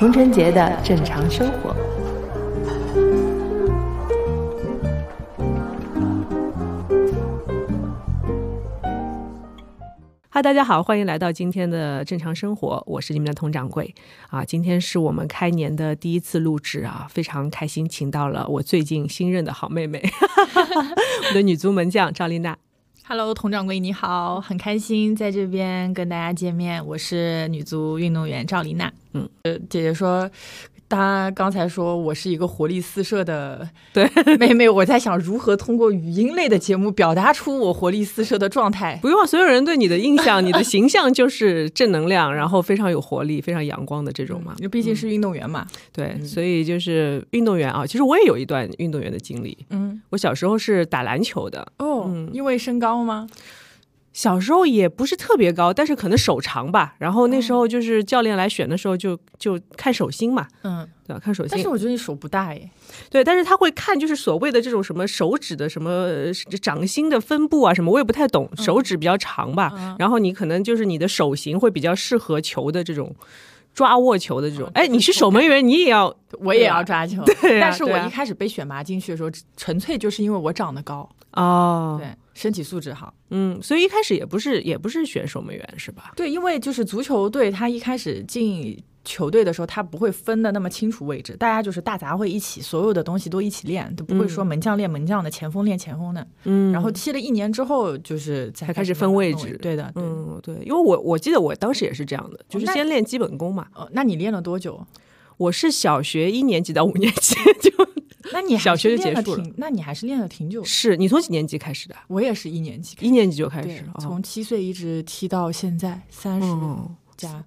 童晨杰的正常生活。嗨，大家好，欢迎来到今天的正常生活，我是你们的佟掌柜啊。今天是我们开年的第一次录制啊，非常开心，请到了我最近新任的好妹妹，我的女足门将赵丽娜。 Hello， 佟掌柜你好，很开心在这边跟大家见面，我是女足运动员赵丽娜。姐姐说。她刚才说我是一个活力四射的妹妹，我在想如何通过语音类的节目表达出我活力四射的状态。 不用，所有人对你的印象你的形象就是正能量，然后非常有活力，非常阳光的这种嘛。 毕竟是运动员嘛。 对，所以就是运动员啊。其实我也有一段运动员的经历。我小时候是打篮球的。 因为身高吗？ 小时候也不是特别高，但是可能手长吧。然后那时候就是教练来选的时候就看手心嘛。对吧？看手心。 但是我觉得你手不大耶。 对，但是他会看就是所谓的这种什么手指的什么掌心的分布啊什么，我也不太懂。手指比较长吧，然后你可能就是你的手型会比较适合球的这种抓握球的这种。你是守门员，你也要， 我也要抓球。 对， 但是我一开始被选拔进去的时候，纯粹就是因为我长得高。对，身体素质好。 所以一开始也不是选守门员是吧？ 对，因为就是足球队他一开始进球队的时候，他不会分的那么清楚位置，大家就是大杂烩一起，所有的东西都一起练，都不会说门将练门将的，前锋练前锋的。然后踢了1年之后，就是才开始分位置。 对的， 对，因为我记得我当时也是这样的，就是先练基本功嘛。 那你练了多久？ 我是小学1年级到5年级就。 那你小学就结束了， 那你还是练了挺久。 是你从几年级开始的？ 我也是1年级 ，1年级就开始， 从7岁一直踢到现在30加。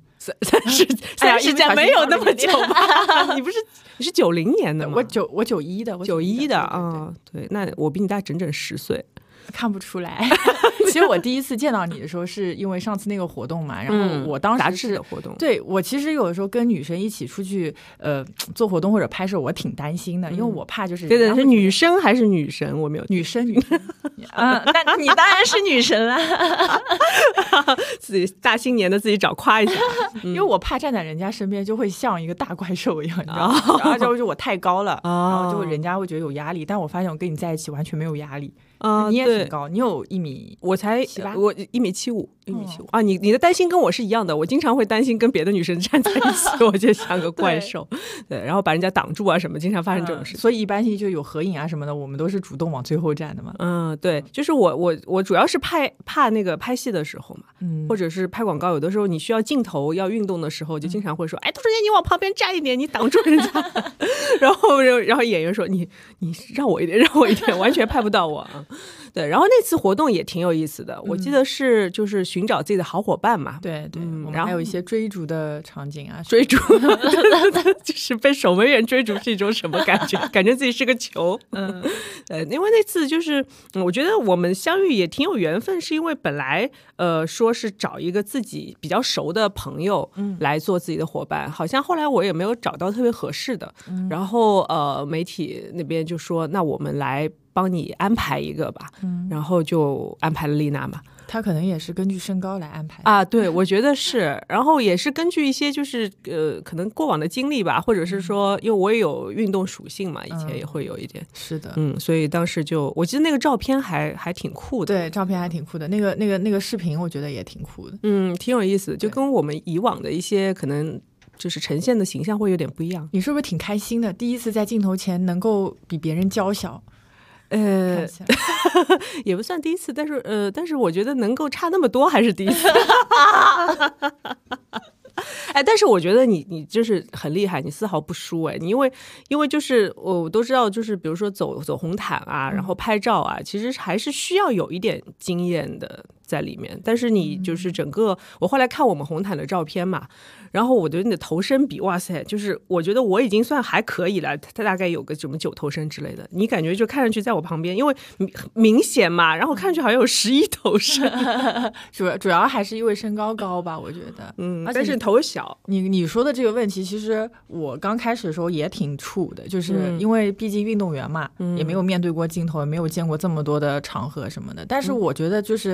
30加没有那么久吧？你是90年的吗？ 我91的 ，91的啊。对，那我比你大整整10岁。 看不出来。其实我第一次见到你的时候是因为上次那个活动嘛，然后我当时杂志的活动。 对，我其实有的时候跟女生一起出去做活动或者拍摄，我挺担心的，因为我怕就是对的，是女生还是女神？我没有女生那你当然是女神啦。 自己大新年的自己找夸一下。 因为我怕站在人家身边就会像一个大怪兽一样，你知道吗？然后就我太高了，然后就人家会觉得有压力，但我发现我跟你在一起完全没有压力。你也挺高，你有1米， 我1.75米啊！你的担心跟我是一样的，我经常会担心跟别的女生站在一起，我就像个怪兽。对，然后把人家挡住啊什么，经常发生这种事情。 所以一般性就有合影啊什么的，我们都是主动往最后站的嘛。 对，就是我主要是怕那个拍戏的时候嘛，或者是拍广告，有的时候你需要镜头要运动的时候，就经常会说，佟主任你往旁边站一点，你挡住人家。然后演员说你让我一点，完全拍不到我啊。对，然后那次活动也挺有意思的，我记得是就是寻找自己的好伙伴嘛。 对，我们还有一些追逐的场景啊， 追逐，就是被守门员追逐是一种什么感觉？感觉自己是个球。因为那次就是我觉得我们相遇也挺有缘分，是因为本来说是找一个自己比较熟的朋友来做自己的伙伴，好像后来我也没有找到特别合适的，然后媒体那边就说那我们来帮你安排一个吧，然后就安排了丽娜嘛。 他可能也是根据身高来安排啊，对，我觉得是，然后也是根据一些就是可能过往的经历吧，或者是说因为我也有运动属性嘛，以前也会有一点。 是的， 所以当时我记得那个照片还挺酷的。 对，照片还挺酷的，那个视频我觉得也挺酷的。 挺有意思的，就跟我们以往的一些可能就是呈现的形象会有点不一样。 你是不是挺开心的？第一次在镜头前能够比别人娇小。 也不算第一次，但是我觉得能够差那么多还是第一次。但是我觉得你就是很厉害，你丝毫不输你因为就是我都知道，就是比如说走红毯啊，然后拍照啊，其实还是需要有一点经验的在里面。但是你就是整个，我后来看我们红毯的照片嘛，然后我觉得你的头身比，哇塞，就是我觉得我已经算还可以了，他大概有个什么9头身之类的，你感觉就看上去在我旁边，因为明显嘛，然后看上去好像有11头身。 主要还是因为身高高吧，我觉得。 但是头小。 你说的这个问题，其实我刚开始的时候也挺怵的，就是因为毕竟运动员嘛，也没有面对过镜头，也没有见过这么多的场合什么的。但是我觉得就是大众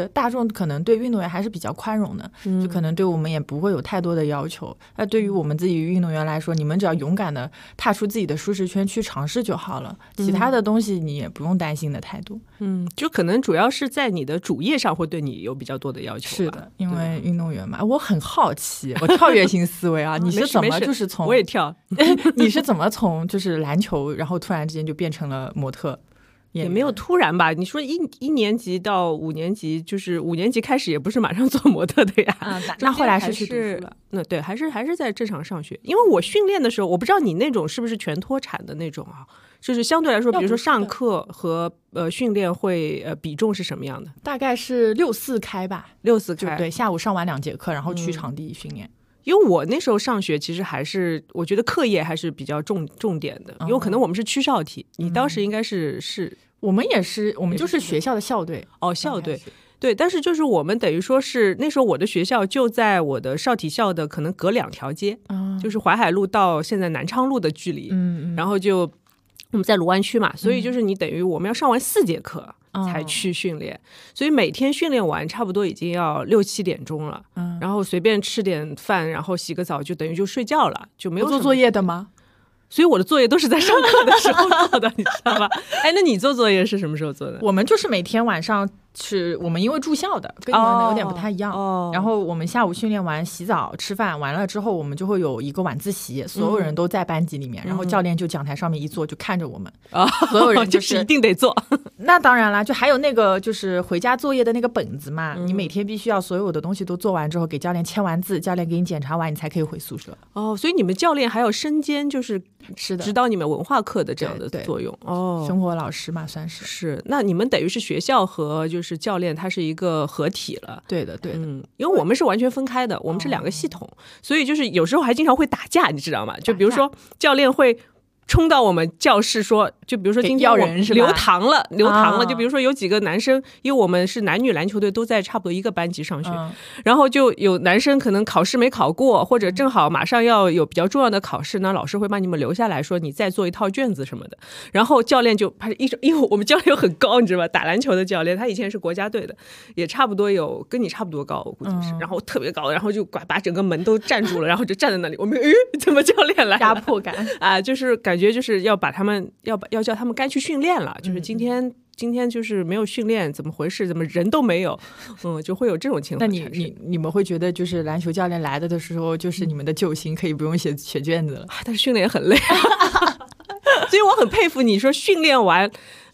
众可能对运动员还是比较宽容的，就可能对我们也不会有太多的要求。那对于我们自己运动员来说，你们只要勇敢的踏出自己的舒适圈去尝试就好了，其他的东西你也不用担心的太多。 就可能主要是在你的主业上会对你有比较多的要求吧。 是的，因为运动员嘛，我很好奇，我跳跃性思维啊，你是怎么就是从我也跳， 你是怎么从就是篮球，然后突然之间就变成了模特？ 也没有突然吧？你说一年级到5年级，就是5年级开始也不是马上做模特的呀。 那后来是去读书了。 那对，还是在正常上学。因为我训练的时候，我不知道你那种是不是全脱产的那种啊？就是相对来说，比如说上课和训练会比重是什么样的？ 大概是6-4开吧 ，6-4开。 对，下午上完2节课，然后去场地训练。 因为我那时候上学，其实还是我觉得课业还是比较重点的，因为可能我们是区校体，你当时应该是我们也是，我们就是学校的校队校队。对，但是就是我们等于说是那时候我的学校就在我的少体校的可能隔2条街，就是淮海路到现在南昌路的距离，然后就我们在卢湾区嘛，所以就是你等于我们要上完4节课才去训练，所以每天训练完差不多已经要6-7点钟了，然后随便吃点饭，然后洗个澡，就等于就睡觉了，就没有做作业的吗？ 所以我的作业都是在上课的时候做的，你知道吧？那你做作业是什么时候做的？ 我们就是每天晚上是我们因为住校的，跟你们的有点不太一样。然后我们下午训练完、洗澡、吃饭完了之后，我们就会有一个晚自习，所有人都在班级里面，然后教练就讲台上面一坐就看着我们，所有人就是一定得做。 那当然啦，就还有那个就是回家作业的那个本子嘛，你每天必须要所有的东西都做完之后，给教练签完字，教练给你检查完，你才可以回宿舍。 所以你们教练还有身兼就是是的， 指导你们文化课的这样的作用。 生活老师嘛，算是。 是，那你们等于是学校和就是教练，它是一个合体了。 对的， 因为我们是完全分开的，我们是2个系统，所以就是有时候还经常会打架，你知道吗？就比如说教练会冲到我们教室说，就比如说今天我留堂了，就比如说有几个男生，因为我们是男女篮球队都在差不多一个班级上学，然后就有男生可能考试没考过，或者正好马上要有比较重要的考试呢，老师会把你们留下来说你再做一套卷子什么的，然后教练就因为我们教练又很高，你知道吧？打篮球的教练他以前是国家队的，也差不多有跟你差不多高，我估计是，然后特别高，然后就把整个门都站住了，然后就站在那里，我们怎么教练来了？ 压迫感啊，就是感觉就是要把他们要叫他们该去训练了，就是今天就是没有训练，怎么回事？怎么人都没有？就会有这种情况。 那你们会觉得就是篮球教练来的时候，就是你们的救星，可以不用写卷子了， 但是训练也很累。所以我很佩服你说训练完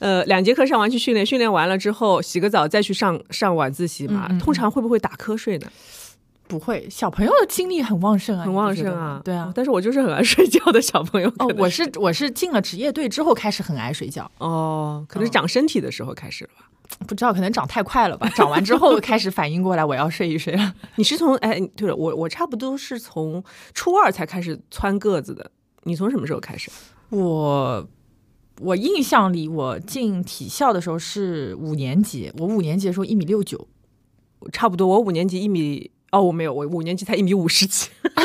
2节课上完去训练完了之后洗个澡再去上晚自习嘛，通常会不会打瞌睡呢？ 不会，小朋友的精力很旺盛啊， 很旺盛啊， 对啊。 但是我就是很爱睡觉的小朋友。 我是进了职业队之后开始很爱睡觉。 可能是长身体的时候开始了吧？ 不知道，可能长太快了吧？长完之后开始反应过来，我要睡一睡了。 你是从对了，我差不多是从初2才开始蹿个子的。你从什么时候开始？ 我印象里，我进体校的时候是5年级，我5年级的时候1.69米， 差不多。我5年级1米。我没有，我5年级才1.50米几，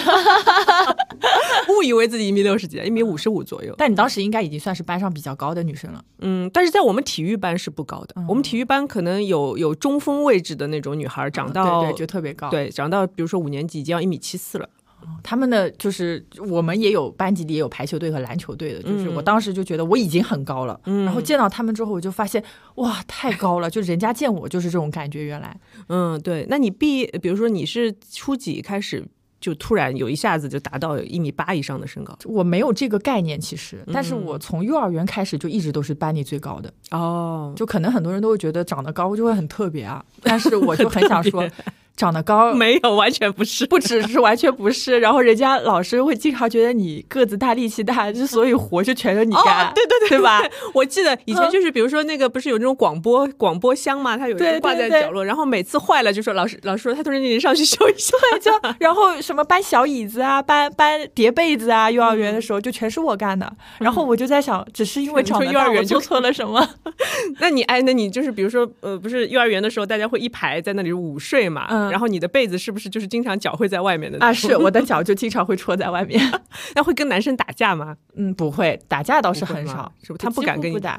误以为自己1.60米几，1.55米左右。 但你当时应该已经算是班上比较高的女生了。 但是在我们体育班是不高的，我们体育班可能有中锋位置的那种女孩，长到对就特别高， 对，长到比如说5年级已经要1.74米了。 他们的就是我们也有班级里也有排球队和篮球队的，就是我当时就觉得我已经很高了，然后见到他们之后我就发现哇太高了，就人家见我就是这种感觉原来。 对，那你比如说你是初几开始就突然有一下子就达到1.8米以上的身高？ 我没有这个概念其实，但是我从幼儿园开始就一直都是班里最高的。就可能很多人都会觉得长得高就会很特别啊，但是我就很想说长得高没有，完全不是， 不只是完全不是。然后人家老师会经常觉得你个子大力气大，就所以活就全是你干。 对吧？我记得以前就是比如说那个不是有那种广播箱嘛，它有一个挂在角落，然后每次坏了就说老师说他同学你上去修一修就然后什么搬小椅子啊，搬叠被子啊，幼儿园的时候就全是我干的。然后我就在想，只是因为长得大我做错了什么？ 那你就是比如说不是幼儿园的时候大家会一排在那里午睡嘛，然后你的被子是不是就是经常脚会在外面的？ 是我的脚就经常会戳在外面。 那会跟男生打架吗？ 不会，打架倒是很少， 是不是他不敢跟你打？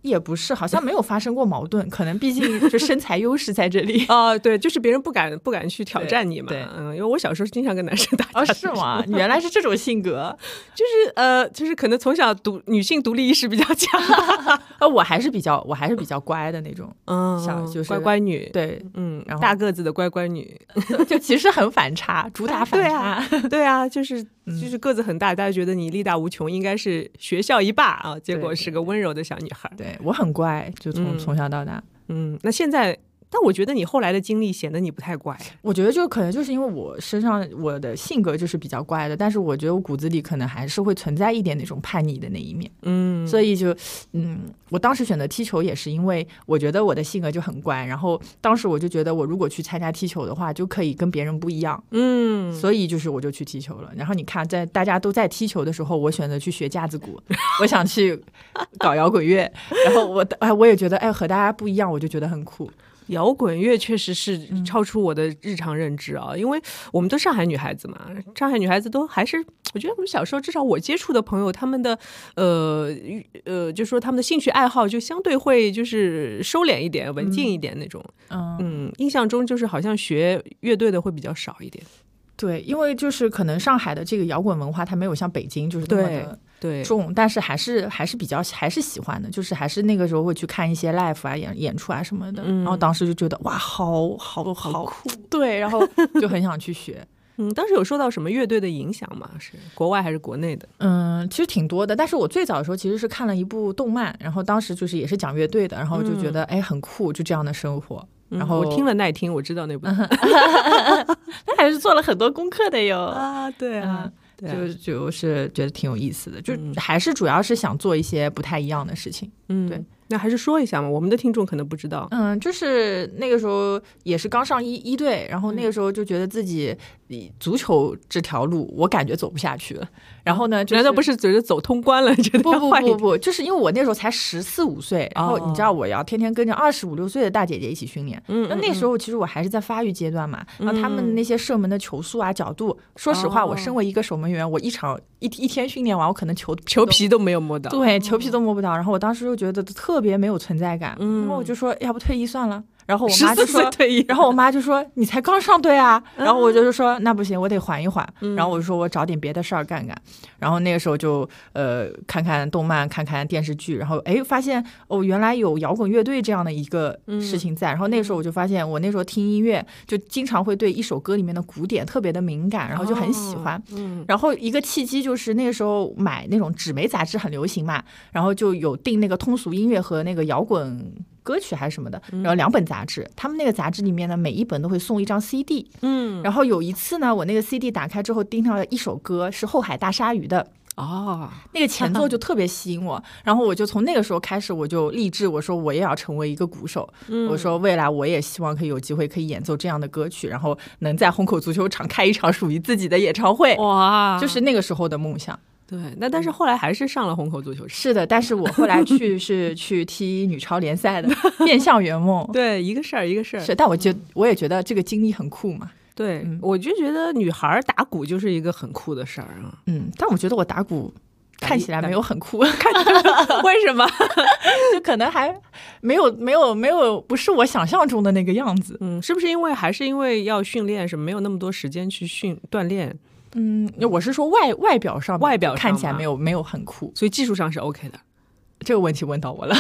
也不是，好像没有发生过矛盾，可能毕竟是身材优势在这里对，就是别人不敢去挑战你嘛。 对， 因为我小时候经常跟男生打架。 是吗？原来是这种性格， 就是可能从小女性独立意识比较强。 我还是比较乖的那种，就是乖乖女。 对，然后大个子的乖乖女， 就其实很反差，主打反差。 对啊，就是个子很大，大家觉得你力大无穷，应该是学校一霸啊，结果是个温柔的小女孩。 对，我很乖，就从小到大。 那现在。但我觉得你后来的经历显得你不太乖。 我觉得就可能就是因为我身上我的性格就是比较乖的，但是我觉得我骨子里可能还是会存在一点那种叛逆的那一面。所以就我当时选择踢球也是因为我觉得我的性格就很乖，然后当时我就觉得我如果去参加踢球的话就可以跟别人不一样。所以就是我就去踢球了。然后你看在大家都在踢球的时候，我选择去学架子鼓，我想去搞摇滚乐，然后我也觉得和大家不一样，我就觉得很酷。 摇滚乐确实是超出我的日常认知啊，因为我们都上海女孩子嘛，上海女孩子都还是，我觉得我们小时候至少我接触的朋友，他们的就说他们的兴趣爱好就相对会就是收敛一点、文静一点那种。印象中就是好像学乐队的会比较少一点。 对，因为就是可能上海的这个摇滚文化它没有像北京就是那么的重，但是还是比较还是喜欢的，就是还是那个时候会去看一些 live 啊演出啊什么的，然后当时就觉得哇好酷，对，然后就很想去学。 当时有受到什么乐队的影响吗？是国外还是国内的？ 其实挺多的，但是我最早的时候其实是看了一部动漫，然后当时就是也是讲乐队的，然后就觉得很酷，就这样的生活。然后我听了耐听，我知道那部他还是做了很多功课的哟。 对啊， 就是觉得挺有意思的，就还是主要是想做一些不太一样的事情。对， 那还是说一下嘛，我们的听众可能不知道。 就是那个时候也是刚上一队，然后那个时候就觉得自己足球这条路我感觉走不下去了。然后呢， 难道不是觉得走通关了？觉得不，就是因为我那时候才14、15岁，然后你知道我要天天跟着25、26岁的大姐姐一起训练。那时候其实我还是在发育阶段嘛，然后他们那些射门的球速啊、角度，说实话，我身为一个守门员，我一天训练完，我可能球皮都没有摸到， 对，球皮都摸不到。然后我当时就觉得特别没有存在感，然后我就说要不退役算了。然后我妈就说退役， 然后我妈就说你才刚上队啊，然后我就说那不行，我得缓一缓。然后我就说我找点别的事儿干干。然后那个时候就看看动漫，看看电视剧，然后发现原来有摇滚乐队这样的一个事情在。然后那个时候我就发现，我那时候听音乐就经常会对一首歌里面的鼓点特别的敏感，然后就很喜欢。然后一个契机就是那个时候买那种纸媒杂志很流行嘛，然后就有订那个通俗音乐和那个摇滚歌曲还是什么的，然后2本杂志，他们那个杂志里面呢，每一本都会送一张 CD。然后有一次呢，我那个 CD 打开之后，听到了一首歌是后海大鲨鱼的。那个前奏就特别吸引我，然后我就从那个时候开始，我就立志，我说我也要成为一个鼓手。我说未来我也希望可以有机会可以演奏这样的歌曲，然后能在虹口足球场开一场属于自己的演唱会。哇，就是那个时候的梦想。 对，但是后来还是上了虹口足球场。 是的，但是我后来是去踢女超联赛的，面向圆梦。 对，一个事儿。 是，但我也觉得这个经历很酷嘛。 对，我就觉得女孩打鼓就是一个很酷的事儿啊。 但我觉得我打鼓看起来没有很酷， 为什么？ 就可能还没有不是我想象中的那个样子。 是不是还是因为要训练，是没有那么多时间去锻炼？ 我是说外表上看起来没有很酷， 所以技术上是 OK 的。 这个问题问到我了。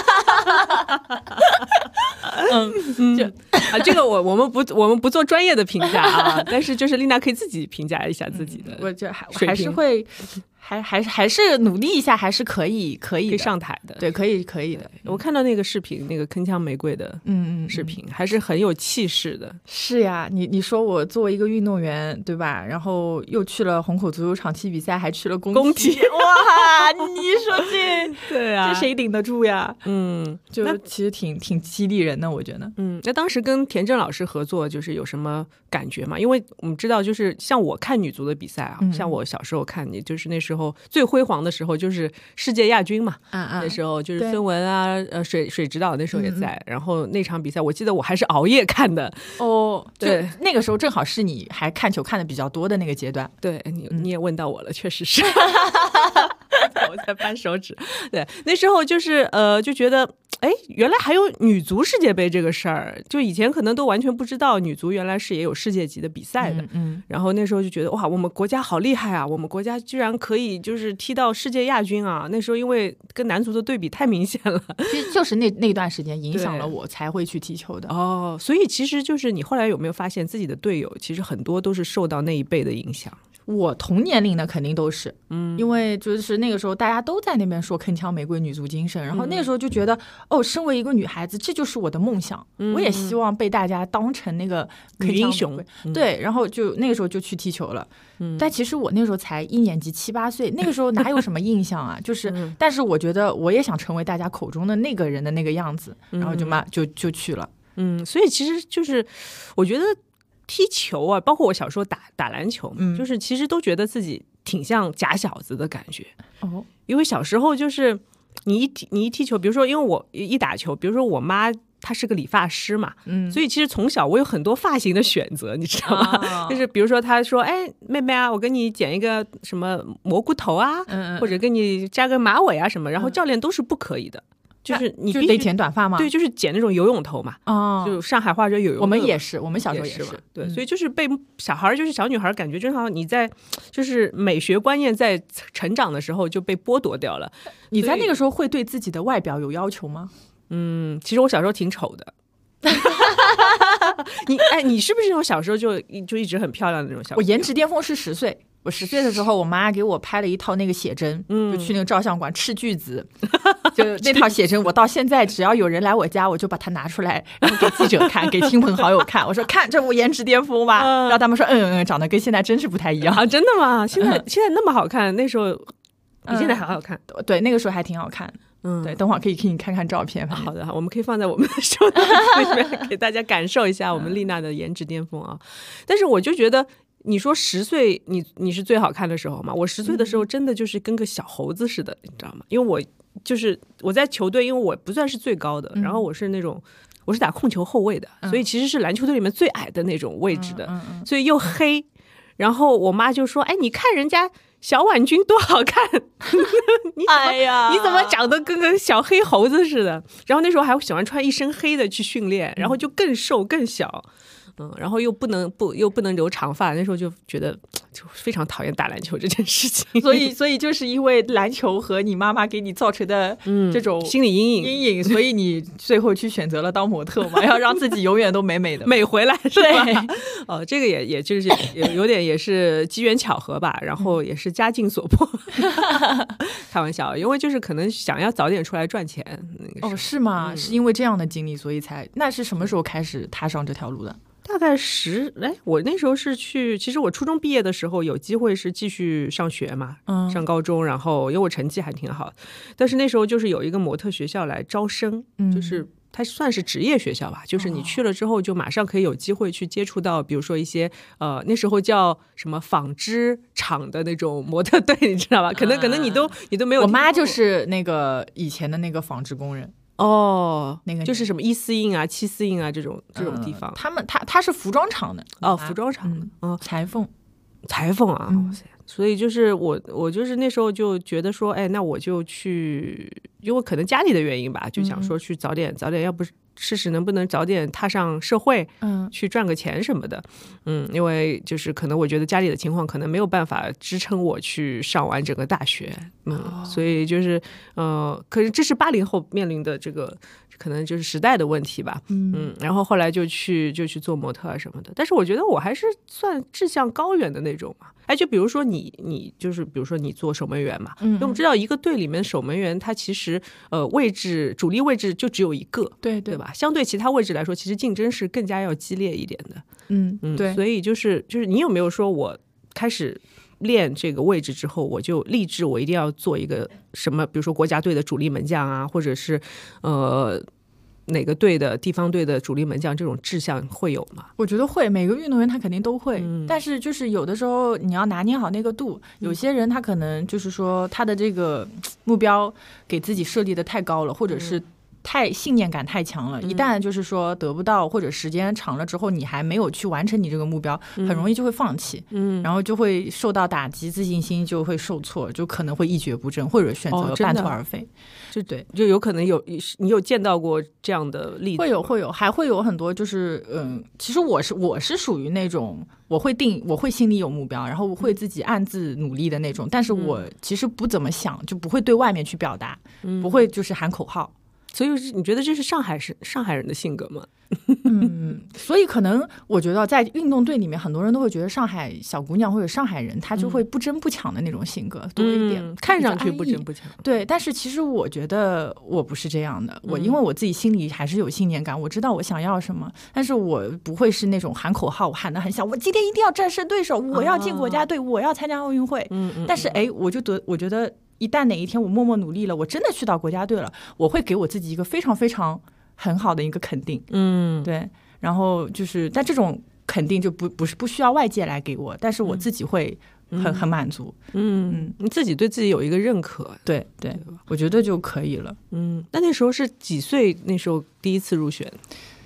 这个我们不做专业的评价啊，但是就是丽娜可以自己评价一下自己的， 我觉得还是会还是努力一下，还是可以上台的。 对，可以的。 我看到那个视频，那个铿锵玫瑰的视频，还是很有气势的。 是呀，你说我作为一个运动员，对吧？然后又去了虹口足球场踢比赛，还去了工体，哇！你说对啊， 这谁顶得住呀？就其实挺激励人的，我觉得。 那当时跟田震老师合作，就是有什么感觉吗？因为我们知道，就是像我看女足的比赛啊，像我小时候看，也就是那时候最辉煌的时候，就是世界亚军嘛。那时候就是孙雯啊，水指导那时候也在。然后那场比赛，我记得我还是熬夜看的。 对，那个时候正好是你还看球看的比较多的那个阶段。 对，你也问到我了，确实是。 我在扳手指。对，那时候就是就觉得哎，原来还有女足世界杯这个事儿，就以前可能都完全不知道女足原来是也有世界级的比赛的。然后那时候就觉得哇，我们国家好厉害啊，我们国家居然可以就是踢到世界亚军啊。那时候因为跟男足的对比太明显了， 其实就是那段时间影响了我才会去踢球的。 哦，所以其实就是你后来有没有发现自己的队友其实很多都是受到那一辈的影响？ 我同年龄的肯定都是，因为就是那个时候大家都在那边说铿锵玫瑰女足精神，然后那个时候就觉得哦，身为一个女孩子，这就是我的梦想，我也希望被大家当成那个女英雄， 对，然后就那个时候就去踢球了。但其实我那个时候才1年级7、8岁，那个时候哪有什么印象啊？就是，但是我觉得我也想成为大家口中的那个人的那个样子，然后就去了。 所以其实就是我觉得踢球啊，包括我小时候打篮球，就是其实都觉得自己挺像假小子的感觉。哦，因为小时候就是你一踢球，比如说因为我一打球，比如说我妈她是个理发师嘛，所以其实从小我有很多发型的选择，你知道吗？就是比如说她说，哎，妹妹啊，我给你剪一个什么蘑菇头啊，或者给你扎个马尾啊什么，然后教练都是不可以的。就是你必须得剪短发吗？ 对，就是剪那种游泳头嘛。哦，就上海话就有游泳。 我们也是，我们小时候也是。 对，所以就是被小孩，就是小女孩，感觉就好像你在就是美学观念在成长的时候就被剥夺掉了。 你在那个时候会对自己的外表有要求吗？ 其实我小时候挺丑的。你是不是那种小时候就一直很漂亮的那种小？ 我颜值巅峰是10岁。我10岁的时候，我妈给我拍了一套那个写真，就去那个照相馆斥巨资，就那套写真，我到现在只要有人来我家，我就把它拿出来，然后给记者看，给亲朋好友看。我说看，这不颜值巅峰吧？然后他们说，长得跟现在真是不太一样啊！真的吗？现在那么好看，那时候比现在还好看。 对，那个时候还挺好看。对，等会儿可以给你看看照片。 好的，我们可以放在我们的show notes里面给大家感受一下我们丽娜的颜值巅峰啊！但是我就觉得。你说10岁你是最好看的时候嘛？我10岁的时候真的就是跟个小猴子似的，你知道吗？因为我在球队，因为我不算是最高的，然后我是打控球后卫的，所以其实是篮球队里面最矮的那种位置的，所以又黑。然后我妈就说：“哎，你看人家小婉君多好看，你怎么长得跟个小黑猴子似的？”然后那时候还喜欢穿一身黑的去训练，然后就更瘦更小。然后又不能留长发，那时候就觉得就非常讨厌打篮球这件事情。 所以就是因为篮球和你妈妈给你造成的这种心理阴影， 所以你最后去选择了当模特嘛，要让自己永远都美美的美回来，是吧？ 对， 这个也就是有点也是机缘巧合吧，然后也是家境所迫。开玩笑，因为就是可能想要早点出来赚钱。 是吗？是因为这样的经历，所以那是什么时候开始踏上这条路的？ 大概我那时候是其实我初中毕业的时候有机会是继续上学嘛，上高中，然后因为我成绩还挺好，但是那时候就是有一个模特学校来招生，就是它算是职业学校吧，就是你去了之后就马上可以有机会去接触到，比如说一些那时候叫什么纺织厂的那种模特队，你知道吧？可能你都没有。 我妈就是那个以前的那个纺织工人。 那个就是什么1丝印啊、7丝印啊这种地方， 他是服装厂的服装厂的裁缝啊，所以就是我就是那时候就觉得说，哎，那我就去，因为可能家里的原因吧，就想说去早点，要不试试能不能早点踏上社会，去赚个钱什么的，因为就是可能我觉得家里的情况可能没有办法支撑我去上完整个大学，所以就是可是这是80后面临的这个可能就是时代的问题吧，然后后来就去做模特啊什么的，但是我觉得我还是算志向高远的那种嘛。哎，就比如说你就是比如说你做守门员嘛，因为我们知道一个队里面守门员他其实主力位置就只有一个，对吧？相对其他位置来说，其实竞争是更加要激烈一点的。对，所以就是你有没有说我开始练这个位置之后，我就立志我一定要做一个什么，比如说国家队的主力门将啊，或者是哪个队的地方队的主力门将，这种志向会有吗？ 我觉得会，每个运动员他肯定都会，但是就是有的时候你要拿捏好那个度，有些人他可能就是说他的这个目标给自己设立的太高了，或者是信念感太强了，一旦就是说得不到或者时间长了之后，你还没有去完成你这个目标，很容易就会放弃，然后就会受到打击，自信心就会受挫，就可能会一蹶不振，或者选择半途而废。对， 就有可能你有见到过这样的例子？ 会有，还会有很多，就是其实我是属于那种我会心里有目标，然后我会自己暗自努力的那种，但是我其实不怎么想，就不会对外面去表达，不会就是喊口号。 所以你觉得这是上海人的性格吗？ 所以可能我觉得在运动队里面，很多人都会觉得上海小姑娘或者上海人，她就会不争不抢的那种性格多一点， 看上去不争不抢。 对，但是其实我觉得我不是这样的，因为我自己心里还是有信念感，我知道我想要什么，但是我不会是那种喊口号，我喊得很响，我今天一定要战胜对手，我要进国家队，我要参加奥运会。但是我觉得一旦哪一天我默默努力了，我真的去到国家队了，我会给我自己一个非常非常很好的一个肯定。对，然后就是但这种肯定就不需要外界来给我，但是我自己会很满足。 你自己对自己有一个认可。 对，我觉得就可以了。 那时候是几岁？那时候第一次入选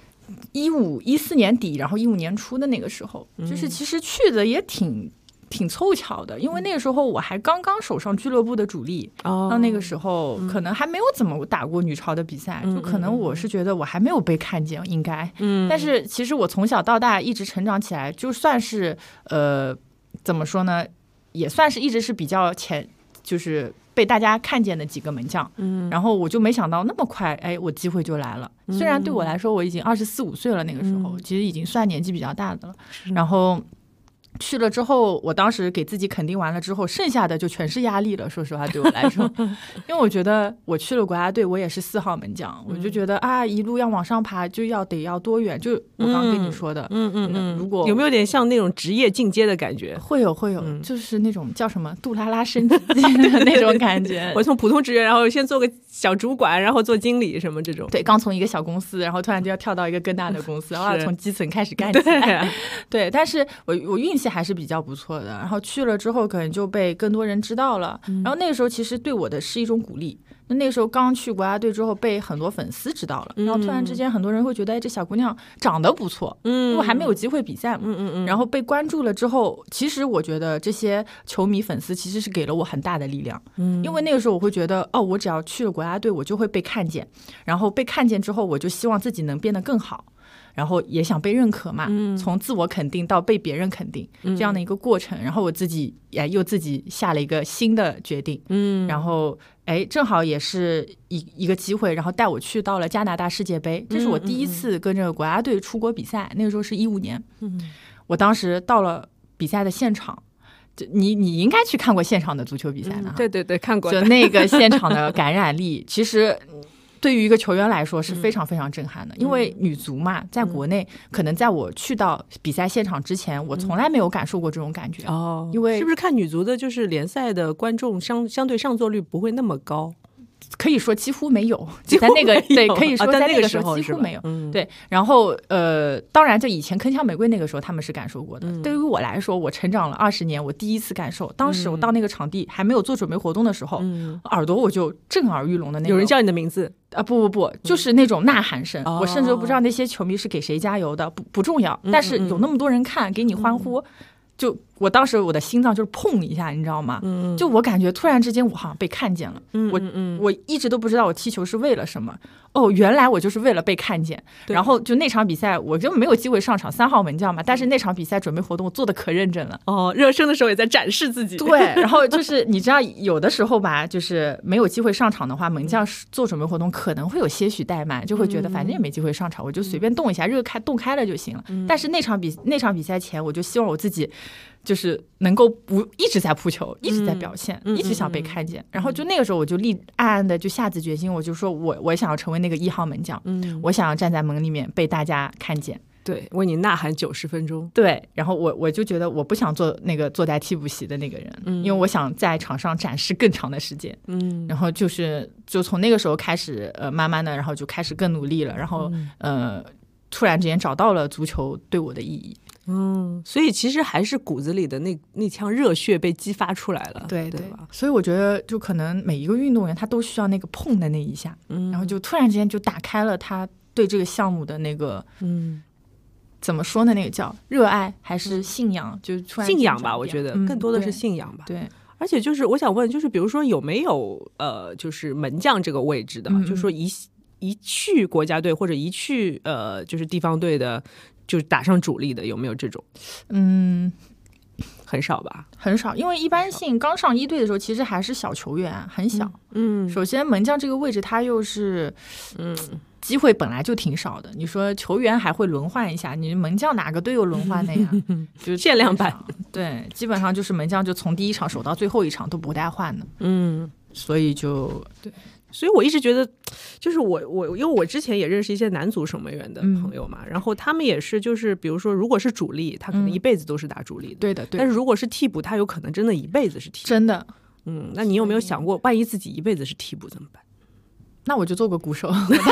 14年底，然后15年初的那个时候，就是其实去的也挺凑巧的，因为那个时候我还刚刚手上俱乐部的主力，那个时候可能还没有怎么打过女超的比赛，就可能我是觉得我还没有被看见，应该，但是其实我从小到大一直成长起来，就算是怎么说呢，也算是一直是比较就是被大家看见的几个门将，然后我就没想到那么快，我机会就来了。虽然对我来说我已经24、25岁了，那个时候其实已经算年纪比较大的了，然后去了之后，我当时给自己肯定完了之后，剩下的就全是压力了。说实话，对我来说，因为我觉得我去了国家队，我也是4号门将，我就觉得一路要往上爬，就要多远？就我刚跟你说的，如果有没有点像那种职业进阶的感觉？ 会有，就是那种叫什么杜拉拉升职记的那种感觉。 我从普通职员，然后先做个小主管，然后做经理什么这种。 对，刚从一个小公司，然后突然就要跳到一个更大的公司，然后从基层开始干起来。对，但是我运气还是比较不错的，然后去了之后可能就被更多人知道了，然后那个时候其实对我的是一种鼓励。那个时候刚去国家队之后被很多粉丝知道了，然后突然之间很多人会觉得这小姑娘长得不错，因为还没有机会比赛嘛，然后被关注了之后，其实我觉得这些球迷粉丝其实是给了我很大的力量，因为那个时候我会觉得我只要去了国家队我就会被看见，然后被看见之后我就希望自己能变得更好，然后也想被认可嘛，从自我肯定到被别人肯定，这样的一个过程，然后我自己又自己下了一个新的决定，然后正好也是一个机会，然后带我去到了加拿大世界杯，这是我第一次跟着国家队出国比赛，那个时候是15年，我当时到了比赛的现场，你应该去看过现场的足球比赛呢， 对，看过的， 就那个现场的感染力，其实对于一个球员来说是非常非常震撼的，因为女足嘛，在国内可能在我去到比赛现场之前，我从来没有感受过这种感觉。因为是不是看女足的就是联赛的观众相对上座率不会那么高？ 可以说几乎没有，在那个对，可以说在那个时候几乎没有。对，然后当然，就以前铿锵玫瑰那个时候他们是感受过的。对于我来说，我成长了20年，我第一次感受。当时我到那个场地还没有做准备活动的时候，耳朵我就震耳欲聋的那种。 有人叫你的名字啊？不，就是那种呐喊声。我甚至都不知道那些球迷是给谁加油的，不重要。但是有那么多人看，给你欢呼。就我当时我的心脏就是砰一下，你知道吗？就我感觉突然之间我好像被看见了。我一直都不知道我踢球是为了什么。原来我就是为了被看见。然后就那场比赛我就没有机会上场，3号门将嘛，但是那场比赛准备活动我做的可认真了。 热身的时候也在展示自己。 对，然后就是你知道有的时候吧，就是没有机会上场的话，门将做准备活动可能会有些许怠慢，就会觉得反正也没机会上场，我就随便动一下，动开了就行了。但是那场比赛前，我就希望我自己就是能够一直在扑球，一直在表现，一直想被看见。然后就那个时候我就暗暗的就下定决心，我就说我想要成为那个1号门将，我想要站在门里面被大家看见， 对，为你呐喊90分钟。 对，然后我就觉得我不想做那个坐在替补席的那个人，因为我想在场上展示更长的时间。然后就从那个时候开始，慢慢的，然后就开始更努力了，然后突然之间找到了足球对我的意义。 所以其实还是骨子里的那腔热血被激发出来了， 对吧？ 所以我觉得就可能每一个运动员他都需要那个碰的那一下，然后就突然之间就打开了他对这个项目的那个怎么说呢，那个叫热爱还是信仰，就突然信仰吧，我觉得更多的是信仰吧。 对， 而且就是我想问，就是比如说有没有就是门将这个位置的，就是说一去国家队或者一去就是地方队的，就是打上主力的，有没有这种？很少吧， 很少，因为一般性刚上一队的时候，其实还是小球员，很小。首先门将这个位置，他又是机会本来就挺少的。你说球员还会轮换一下，你门将哪个队有轮换的呀？就是限量版。 对，基本上就是门将就从第一场守到最后一场都不带换的。所以就对。 所以我一直觉得，就是我因为我之前也认识一些男足守门员的朋友嘛，然后他们也是就是比如说如果是主力，他可能一辈子都是打主力的， 对的。 但是如果是替补，他有可能真的一辈子是替补， 真的。 那你有没有想过，万一自己一辈子是替补怎么办？ 那我就做个鼓手。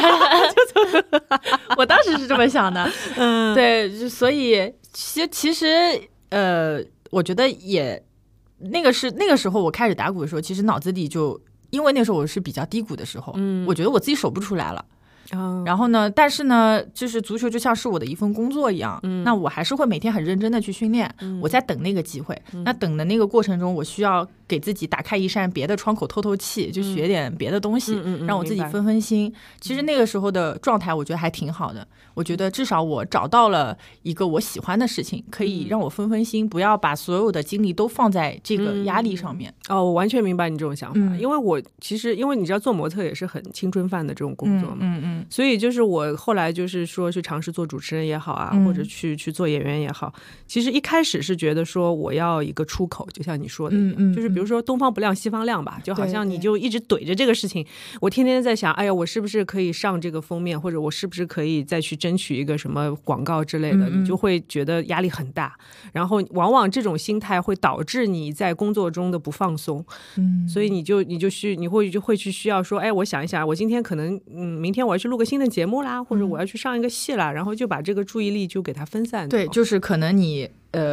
我当时是这么想的。对，所以其实我觉得也那个时候我开始打鼓的时候，其实脑子里就。因为那时候我是比较低谷的时候，我觉得我自己守不出来了。然后呢，但是呢，就是足球就像是我的一份工作一样，那我还是会每天很认真的去训练。我在等那个机会，那等的那个过程中，我需要给自己打开一扇别的窗口透透气，就学点别的东西，让我自己分心。其实那个时候的状态，我觉得还挺好的。我觉得至少我找到了一个我喜欢的事情，可以让我分心，不要把所有的精力都放在这个压力上面。 我完全明白你这种想法，因为我其实因为你知道做模特也是很青春饭的这种工作嘛，所以就是我后来就是说去尝试做主持人也好啊，或者去做演员也好，其实一开始是觉得说我要一个出口，就像你说的，就是比如说东方不亮西方亮吧，就好像你就一直怼着这个事情，我天天在想，哎呀，我是不是可以上这个封面，或者我是不是可以再去争取一个什么广告之类的，你就会觉得压力很大，然后往往这种心态会导致你在工作中的不放松，所以你会去需要说，哎，我想一想，我今天可能明天我要去录个新的节目啦，或者我要去上一个戏啦，然后就把这个注意力就给它分散。 对，就是可能你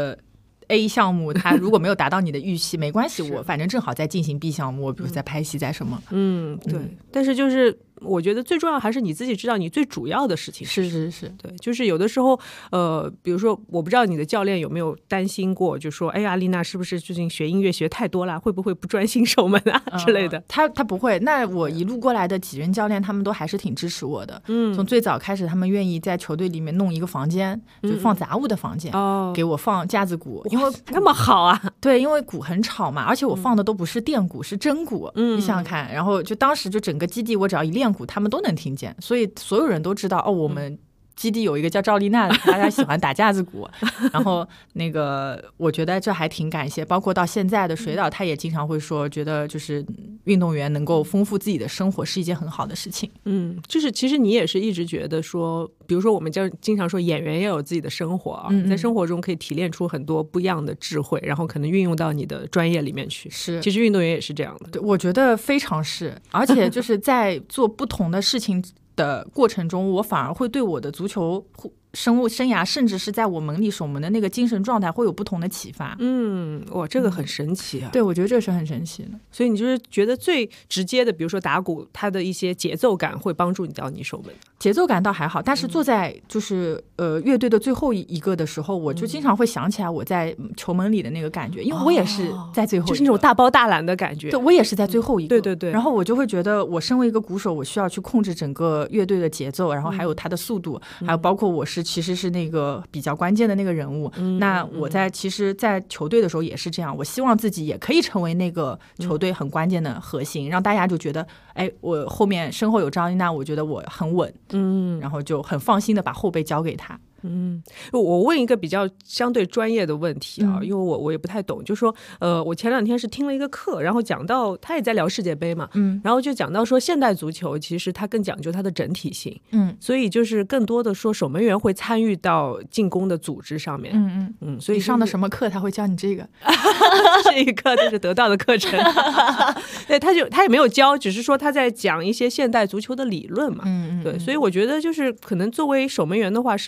A 项目它如果没有达到你的预期没关系，我反正正好在进行 B 项目，我比如在拍戏在什么。对。 但是就是我觉得最重要还是你自己知道你最主要的事情是对，就是有的时候比如说我不知道你的教练有没有担心过，就说哎呀丽娜是不是最近学音乐学太多了，会不会不专心守门啊之类的。 他不会，那我一路过来的几任教练他们都还是挺支持我的。从最早开始他们愿意在球队里面弄一个房间，就放杂物的房间，给我放架子鼓，因为那么好啊。 对，因为鼓很吵嘛，而且我放的都不是电鼓，是真鼓。你想想看，然后就当时就整个基地我只要一练鼓他们都能听见，所以所有人都知道我们基地有一个叫赵丽娜的，大家喜欢打架子鼓。然后那个我觉得这还挺感谢，包括到现在的水岛他也经常会说，觉得就是运动员能够丰富自己的生活是一件很好的事情。 就是其实你也是一直觉得说，比如说我们经常说演员要有自己的生活啊，在生活中可以提炼出很多不一样的智慧，然后可能运用到你的专业里面去。 是， 其实运动员也是这样的。 对，我觉得非常是，而且就是在做不同的事情的过程中，我反而会对我的足球生涯，甚至是在我门里守门的那个精神状态会有不同的启发。 哇，这个很神奇啊。 对，我觉得这是很神奇的。 所以你就是觉得最直接的，比如说打鼓，它的一些节奏感会帮助你守门。 节奏感倒还好，但是坐在就是乐队的最后一个的时候，我就经常会想起来我在球门里的那个感觉，因为我也是在最后一个， 就是那种大包大揽的感觉。 对，我也是在最后一个。 对。 然后我就会觉得，我身为一个鼓手，我需要去控制整个乐队的节奏，然后还有它的速度，还有包括我其实是那个比较关键的那个人物。那我其实在球队的时候也是这样，我希望自己也可以成为那个球队很关键的核心，让大家就觉得，哎，我身后有张丽娜，我觉得我很稳。然后就很放心的把后背交给他。 我问一个比较相对专业的问题啊，因为我也不太懂，就说我前2天是听了一个课，然后讲到他也在聊世界杯嘛，然后就讲到说现代足球其实它更讲究它的整体性，所以就是更多的说守门员会参与到进攻的组织上面，所以、 你上的什么课他会教你这个？ 这一课就是得到的课程。对，他也没有教，只是说他在讲一些现代足球的理论嘛，对，所以我觉得就是可能作为守门员的话，是不是也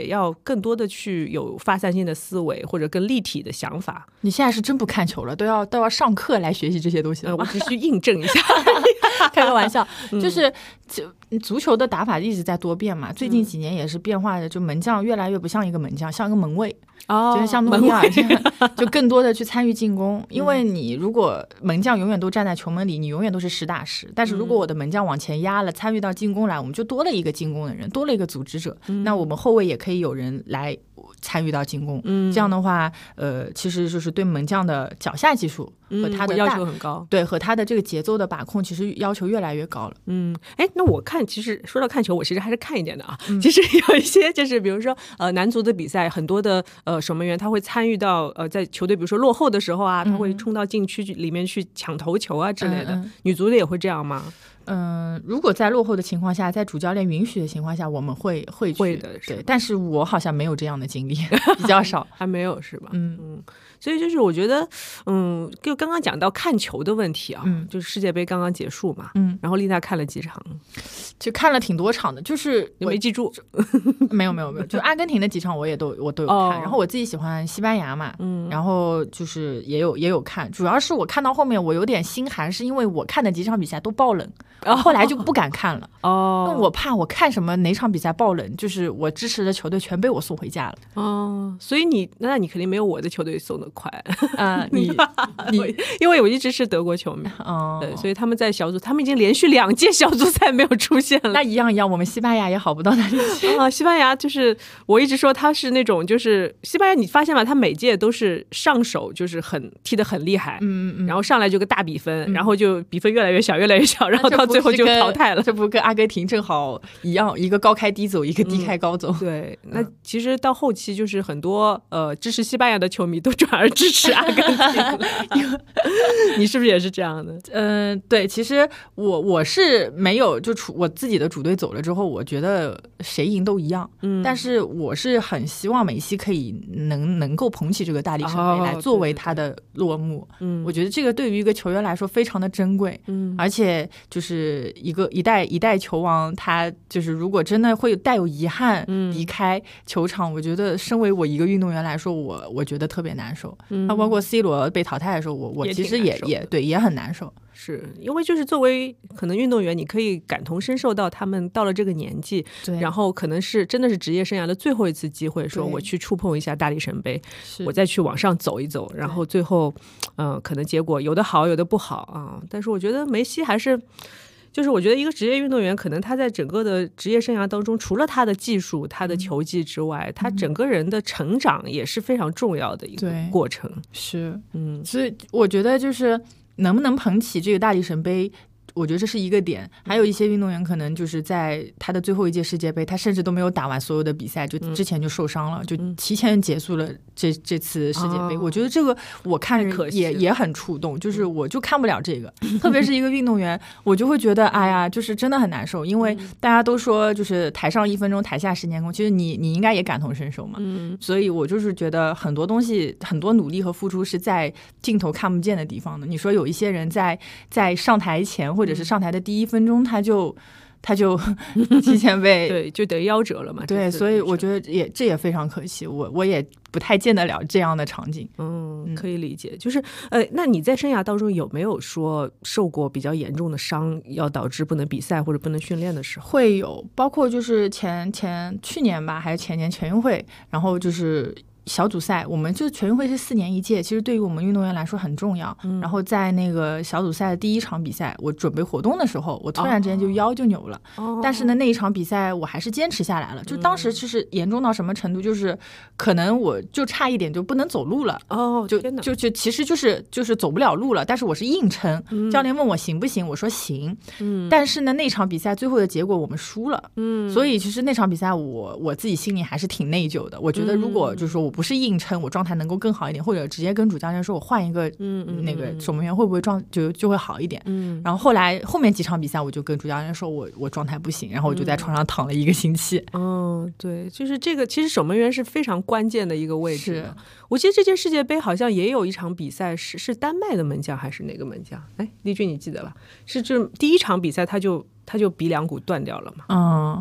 也要更多的去有发散性的思维或者更立体的想法。 你现在是真不看球了，都要上课来学习这些东西了我只是印证一下开个玩笑，就是足球的打法一直在多变嘛，最近几年也是变化的，就门将越来越不像一个门将，像一个门卫。就是像诺伊尔这样，就更多的去参与进攻。因为你如果门将永远都站在球门里，你永远都是实打实。但是如果我的门将往前压了，参与到进攻来，我们就多了一个进攻的人，多了一个组织者。那我们后卫也可以有人来参与到进攻。这样的话，其实就是对门将的脚下技术和他的要求很高， 对，和他的这个节奏的把控，其实要求越来越高了。 那我看，其实说到看球，我其实还是看一点的啊。其实有一些就是比如说男足的比赛，很多的守门员他会参与到在球队比如说落后的时候啊，他会冲到禁区里面去抢头球啊之类的。女足的也会这样吗？ 如果在落后的情况下，在主教练允许的情况下，我们会去的， 对。但是我好像没有这样的经历，比较少， 还没有是吧？所以就是我觉得，就刚刚讲到看球的问题啊，就是世界杯刚刚结束嘛，然后丽娜看了几场， 就看了挺多场的，就是我没记住， 没有，就阿根廷的几场我都有看，然后我自己喜欢西班牙嘛，然后就是也有看，主要是我看到后面我有点心寒，是因为我看的几场比赛都爆冷。后来就不敢看了因为我怕我看什么哪场比赛爆冷，就是我支持的球队全被我送回家了。 所以那你肯定没有我的球队送的快你因为我一直是德国球迷对，所以他们在他们已经连续2届小组赛没有出现了。 那一样，我们西班牙也好不到哪里去西班牙就是我一直说他是那种，就是西班牙你发现吗？他每届都是上手就是踢得很厉害，然后上来就个大比分，然后就比分越来越小，然后到最后就淘汰了。 这不跟阿根廷正好一样，一个高开低走，一个低开高走。 对，那其实到后期就是很多支持西班牙的球迷都转而支持阿根廷你是不是也是这样的？ 对，其实我是没有，就我自己的主队走了之后，我觉得谁赢都一样。但是我是很希望梅西可以能够捧起这个大力神杯来作为他的落幕。我觉得这个对于一个球员来说非常的珍贵。而且就是一代球王，他就是如果真的会带有遗憾离开球场，我觉得身为我一个运动员来说，我觉得特别难受。那包括 C 罗被淘汰的时候，我其实也很难受。 是因为就是作为可能运动员，你可以感同身受到他们到了这个年纪，然后可能是真的是职业生涯的最后一次机会，说我去触碰一下大力神杯，我再去往上走一走，然后最后可能结果有的好有的不好啊。但是我觉得梅西还是就是我觉得一个职业运动员可能他在整个的职业生涯当中，除了他的技术他的球技之外，他整个人的成长也是非常重要的一个过程。 是所以我觉得就是能不能捧起这个大力神杯，我觉得这是一个点。还有一些运动员可能就是在他的最后一届世界杯，他甚至都没有打完所有的比赛，就之前就受伤了，就提前结束了这次世界杯。我觉得这个我看也很触动，就是我就看不了这个特别是一个运动员，我就会觉得哎呀，就是真的很难受。因为大家都说就是台上1分钟台下10年功，其实你应该也感同身受嘛。所以我就是觉得很多东西很多努力和付出是在镜头看不见的地方的。你说有一些人在上台前或者是上台的第1分钟他就提前被对就得夭折了嘛。 对，所以我觉得这也非常可惜，我也不太见得了这样的场景。 可以理解。就是那你在生涯当中有没有说受过比较严重的伤，要导致不能比赛或者不能训练的时候？ 会有，包括就是去年吧，还是前年全运会，然后就是小组赛，我们就全运会是4年1届，其实对于我们运动员来说很重要。然后在那个小组赛的第1场比赛，我准备活动的时候，我突然之间就腰就扭了。但是呢，那一场比赛我还是坚持下来了。就当时就是严重到什么程度，就是可能我就差一点就不能走路了。就其实就是走不了路了，但是我是硬撑。教练问我行不行，我说行。但是呢，那场比赛最后的结果我们输了。所以其实那场比赛我自己心里还是挺内疚的。我觉得如果就是说我不是硬撑，我状态能够更好一点，或者直接跟主教练说我换一个那个守门员会不会就会好一点。然后后面几场比赛我就跟主教练说我状态不行，然后我就在床上躺了1个星期。 对，就是这个其实守门员是非常关键的一个位置。我记得这届世界杯好像也有一场比赛是丹麦的门将还是哪个门将？丽君你记得吧？是就第1场比赛他就鼻梁骨断掉了嘛。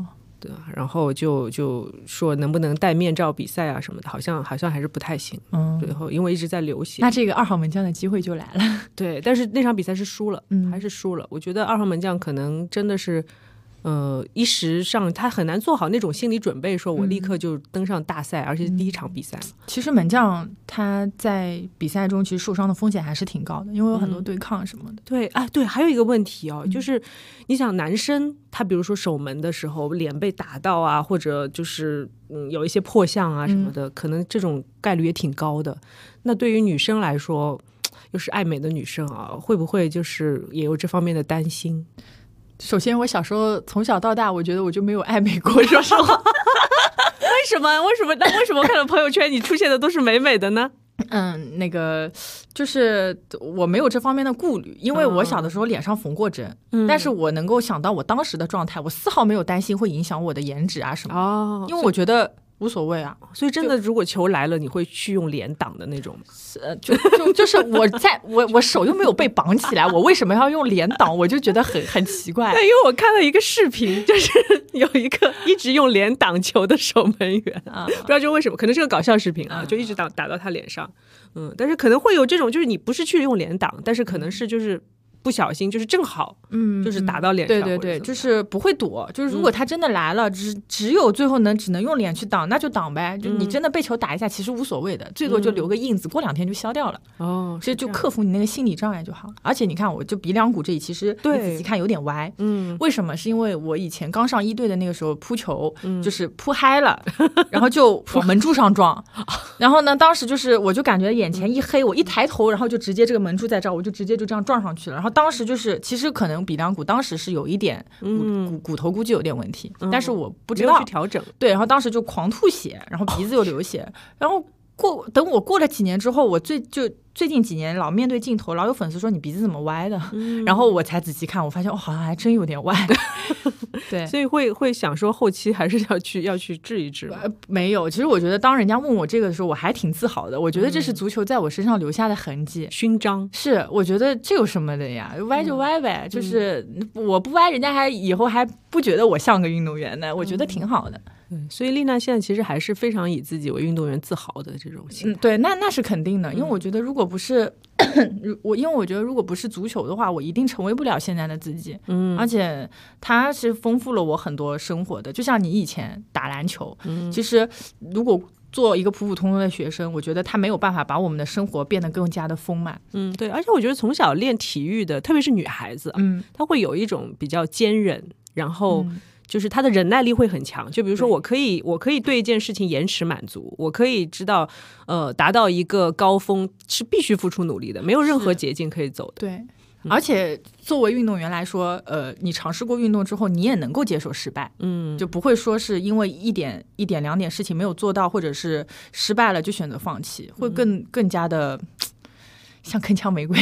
对，然后就说能不能戴面罩比赛啊什么的，好像还是不太行。最后因为一直在流血， 那这个2号门将的机会就来了。 对，但是那场比赛是输了，还是输了。我觉得2号门将可能真的是。一时上他很难做好那种心理准备，说我立刻就登上大赛，而且是第一场比赛。 其实门将他在比赛中其实受伤的风险还是挺高的，因为有很多对抗什么的。 对啊，对，还有一个问题哦，就是你想男生他比如说守门的时候脸被打到啊，或者就是有一些破相啊什么的，可能这种概率也挺高的。那对于女生来说，又是爱美的女生啊，会不会就是也有这方面的担心？ 首先我小时候从小到大我觉得我就没有爱美过，说实话。 为什么看到朋友圈你出现的都是美美的呢？ 那个就是我没有这方面的顾虑，因为我小的时候脸上缝过针，但是我能够想到我当时的状态，我丝毫没有担心会影响我的颜值啊什么因为我觉得无所谓啊。 所以真的如果球来了你会去用脸挡的那种吗？ 就是我手又没有被绑起来，我为什么要用脸挡？我就觉得很奇怪。 对，因为我看了一个视频，就是有一个一直用脸挡球的守门员不知道就为什么，可能是个搞笑视频就一直打到他脸上。但是可能会有这种，就是你不是去用脸挡，但是可能是就是不小心就是正好就是打到脸上。 对，就是不会躲，就是如果他真的来了，只有最后只能用脸去挡，那就挡呗。就你真的被球打一下其实无所谓的，最多就留个印子，过2天就消掉了。所以就克服你那个心理障碍就好。而且你看我就鼻梁骨这里其实你仔细看有点歪。为什么？是因为我以前刚上1队的那个时候扑球就是扑嗨了，然后就往门柱上撞。然后呢当时就是我就感觉眼前一黑，我一抬头然后就直接这个门柱在这儿，我就直接就这样撞上去了。然后当时就是其实可能鼻梁骨当时是有一点骨头估计有点问题，但是我不知道去调整。 对，然后当时就狂吐血，然后鼻子又流血，然后等我过了几年之后，我最近几年老面对镜头，老有粉丝说你鼻子怎么歪的，然后我才仔细看，我发现好像还真有点歪。对， 所以会想说后期还是要去治一治。 没有，其实我觉得当人家问我这个的时候，我还挺自豪的。我觉得这是足球在我身上留下的痕迹， 勋章。 是，我觉得这有什么的呀？歪就歪呗，就是我不歪，人家以后还不觉得我像个运动员呢，我觉得挺好的。 所以丽娜现在其实还是非常以自己为运动员自豪的这种心态。 对，那是肯定的，因为我觉得如果不是因为我觉得如果不是足球的话，我一定成为不了现在的自己。而且它是丰富了我很多生活的，就像你以前打篮球，其实如果做一个普普通通的学生，我觉得他没有办法把我们的生活变得更加的丰满。 对，而且我觉得从小练体育的，特别是女孩子，她会有一种比较坚韧，然后就是她的忍耐力会很强。就比如说我可以对一件事情延迟满足，我可以知道达到一个高峰是必须付出努力的，没有任何捷径可以走的。 对，而且作为运动员来说，你尝试过运动之后，你也能够接受失败，就不会说是因为一点两点事情没有做到，或者是失败了就选择放弃，会更加的像铿锵玫瑰。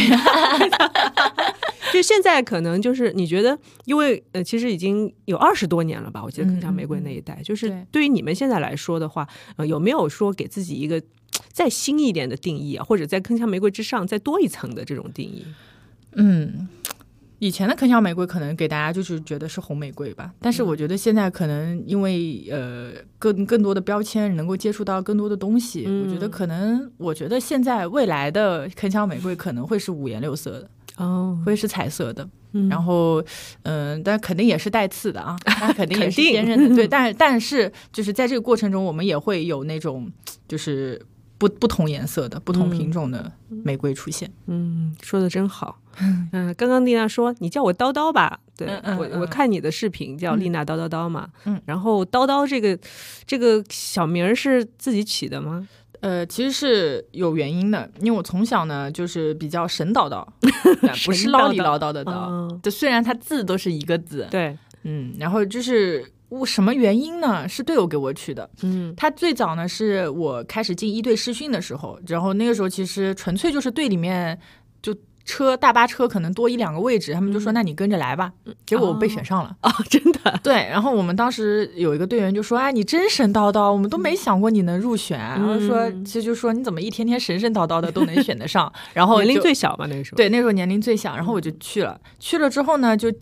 就现在可能就是你觉得，因为其实已经有20多年了吧，我记得铿锵玫瑰那一代，就是对于你们现在来说的话，有没有说给自己一个再新一点的定义啊，或者在铿锵玫瑰之上再多一层的这种定义？ 以前的铿锵玫瑰可能给大家就是觉得是红玫瑰吧，但是我觉得现在可能因为更多的标签，能够接触到更多的东西，我觉得现在未来的铿锵玫瑰可能会是5颜6色的。会是彩色的，然后但肯定也是带刺的啊，那肯定也是坚韧的。对，但是就是在这个过程中，我们也会有那种就是不同颜色的、不同品种的玫瑰出现。 说的真好。刚刚丽娜说你叫我叨叨吧，对，我看你的视频叫丽娜叨叨叨嘛，然后叨叨这个小名是自己起的吗？ 其实是有原因的，因为我从小呢就是比较神叨叨，不是唠里唠叨的叨。就虽然它字都是一个字， 对， 然后就是什么原因呢？是队友给我取的。他最早呢是我开始进1队试训的时候，然后那个时候其实纯粹就是队里面就大巴车可能多1-2个位置，他们就说那你跟着来吧，结果我被选上了。 真的？ 对，然后我们当时有一个队员就说你真神叨叨，我们都没想过你能入选。然后说其实就说你怎么一天天神叨叨的都能选得上。然后年龄最小嘛，那个时候。 对，那时候年龄最小，然后我就去了之后呢就进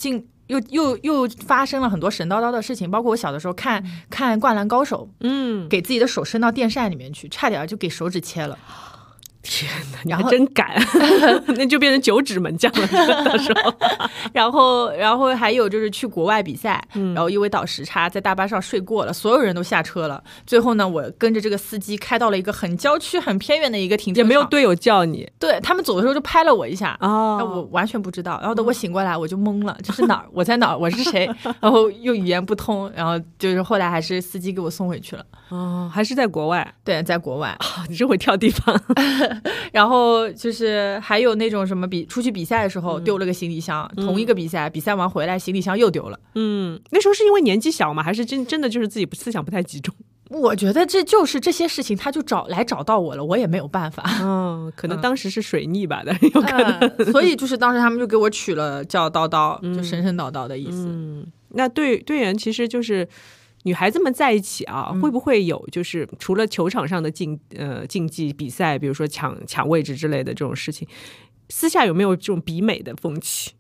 又发生了很多神叨叨的事情，包括我小的时候看《灌篮高手》，给自己的手伸到电扇里面去，差点就给手指切了。 天哪，你还真敢！那就变成9指门将了，到时候。 然后还有就是去国外比赛，然后因为倒时差，在大巴上睡过了，所有人都下车了。最后呢，我跟着这个司机开到了一个很郊区、很偏远的一个停车场， 也没有队友叫你。 对，他们走的时候就拍了我一下，我完全不知道。然后等我醒过来，我就懵了，这是哪儿？我在哪儿？我是谁？然后又语言不通，然后就是后来还是司机给我送回去了。 还是在国外？ 对，在国外。 你真会挑地方。 然后就是还有那种什么出去比赛的时候丢了个行李箱，同一个比赛完回来行李箱又丢了。 那时候是因为年纪小吗？还是真的就是自己思想不太集中？ 我觉得这些事情他就找到我了，我也没有办法。 可能当时是水逆吧的，有可能。 所以就是当时他们就给我取了叫叨叨，就神神叨叨的意思。 那队员其实就是女孩子们在一起啊，会不会有就是除了球场上的竞技比赛，比如说抢位置之类的这种事情，私下有没有这种比美的风气？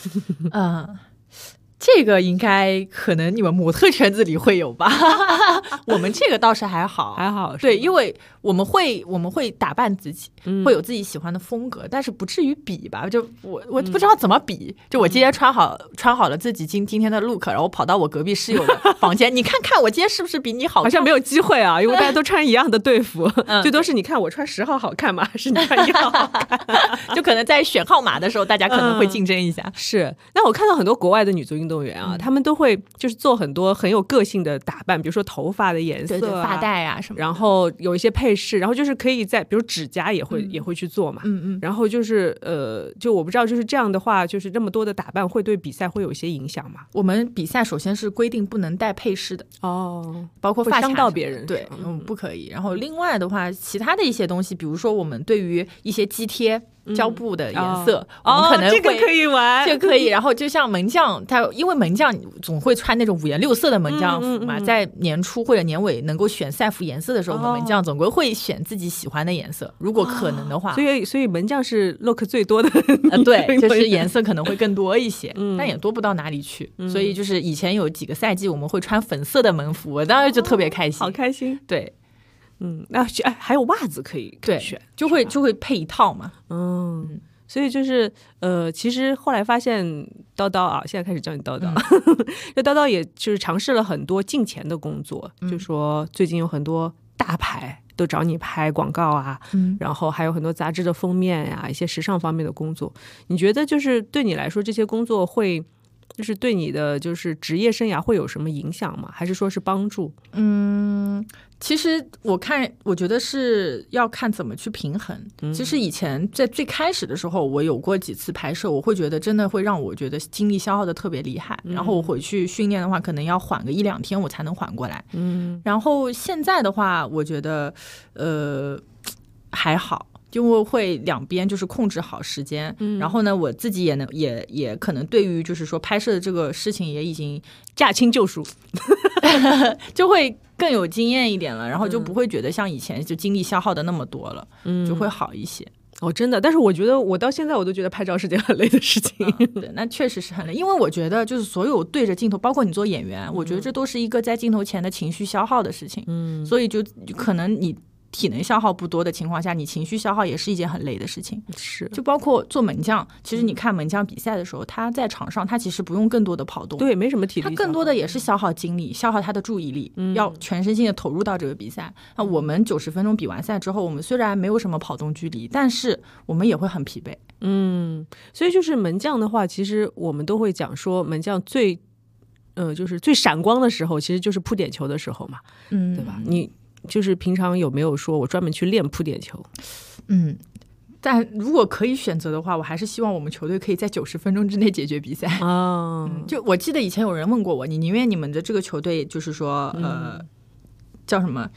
这个应该可能你们模特圈子里会有吧。我们这个倒是还好。对，因为我们会打扮自己，会有自己喜欢的风格，但是不至于比吧。就我不知道怎么比。就我今天穿好了自己今天的 look， 然后跑到我隔壁室友的房间，你看看我今天是不是比你好看？ 好像没有机会啊，因为大家都穿一样的队服，最多是你看我穿10号好看吗？还是你穿1号好看？ 就可能在选号码的时候，大家可能会竞争一下。 是。那我看到很多国外的女足运动员啊，他们都会就是做很多很有个性的打扮，比如说头发的颜色、 对发带啊什么， 然后有一些配饰，然后就是可以在比如指甲也会去做嘛，然后就是就我不知道就是这样的话，就是这么多的打扮会对比赛会有一些影响吗？ 我们比赛首先是规定不能带配饰的包括发卡伤到别人， 对，不可以。然后另外的话，其他的一些东西，比如说我们对于一些肌贴胶布的颜色，我们可能会这个可以玩， 这可以。然后就像门将，因为门将总会穿那种5颜6色的门将服嘛，在年初或者年尾能够选赛服颜色的时候，我们门将总归会选自己喜欢的颜色，如果可能的话。 所以门将是 look 最多的， 对，就是颜色可能会更多一些，但也多不到哪里去。所以就是以前有几个赛季我们会穿粉色的门服，我当时就特别开心， 好开心。 对。 那还有袜子可以选， 就会配一套嘛。 所以就是其实后来发现叨叨啊，现在开始叫你叨叨，这叨叨也就是尝试了很多镜前的工作，就说最近有很多大牌都找你拍广告啊，然后还有很多杂志的封面呀，一些时尚方面的工作。你觉得就是对你来说这些工作会就是对你的就是职业生涯会有什么影响吗？还是说是帮助？ 其实我觉得是要看怎么去平衡。其实以前在最开始的时候，我有过几次拍摄，我会觉得真的会让我觉得精力消耗的特别厉害，然后我回去训练的话，可能要缓个1-2天我才能缓过来。然后现在的话，我觉得还好。因为会两边就是控制好时间，然后呢，我自己也可能对于就是说拍摄的这个事情也已经驾轻就熟， 就会更有经验一点了，然后就不会觉得像以前就精力消耗的那么多了，就会好一些。 真的，但是我觉得我到现在我都觉得拍照是件很累的事情。 对，那确实是很累，因为我觉得就是所有对着镜头，包括你做演员，我觉得这都是一个在镜头前的情绪消耗的事情。所以就可能你体能消耗不多的情况下，你情绪消耗也是一件很累的事情。 是， 就包括做门将，其实你看门将比赛的时候，他在场上他其实不用更多的跑动， 对，没什么体力， 他更多的也是消耗精力，消耗他的注意力，要全身心的投入到这个比赛。那我们90分钟比完赛之后，我们虽然没有什么跑动距离，但是我们也会很疲惫。 所以就是门将的话，其实我们都会讲说门将就是最闪光的时候，其实就是扑点球的时候嘛，对吧？你就是平常有没有说我专门去练扑点球？ 但如果可以选择的话，我还是希望我们球队可以在90分钟之内解决比赛。就我记得以前有人问过我，你宁愿你们的这个球队就是说叫什么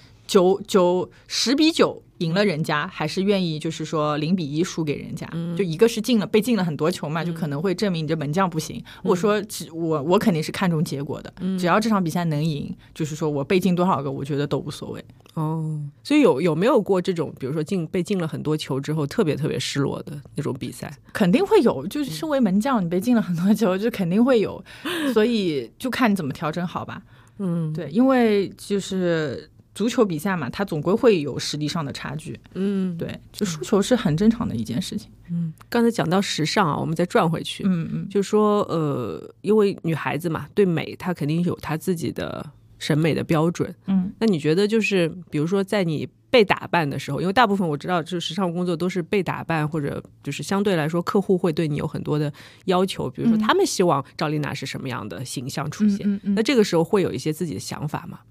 10-9赢了人家，还是愿意就是说0-1输给人家？就一个是被进了很多球嘛，就可能会证明你这门将不行。我说我肯定是看重结果的，只要这场比赛能赢，就是说我被进多少个，我觉得都无所谓。 哦，所以有没有过这种，比如说被进了很多球之后特别特别失落的那种比赛？ 肯定会有，就是身为门将，你被进了很多球，就肯定会有，所以就看你怎么调整好吧。对，因为就是足球比赛嘛，它总归会有实力上的差距。对，就输球是很正常的一件事情。 刚才讲到时尚啊，我们再转回去，就说因为女孩子嘛，对美她肯定有她自己的审美的标准。那你觉得就是比如说在你被打扮的时候，因为大部分我知道就时尚工作都是被打扮，或者就是相对来说客户会对你有很多的要求，比如说他们希望赵丽娜是什么样的形象出现，那这个时候会有一些自己的想法吗？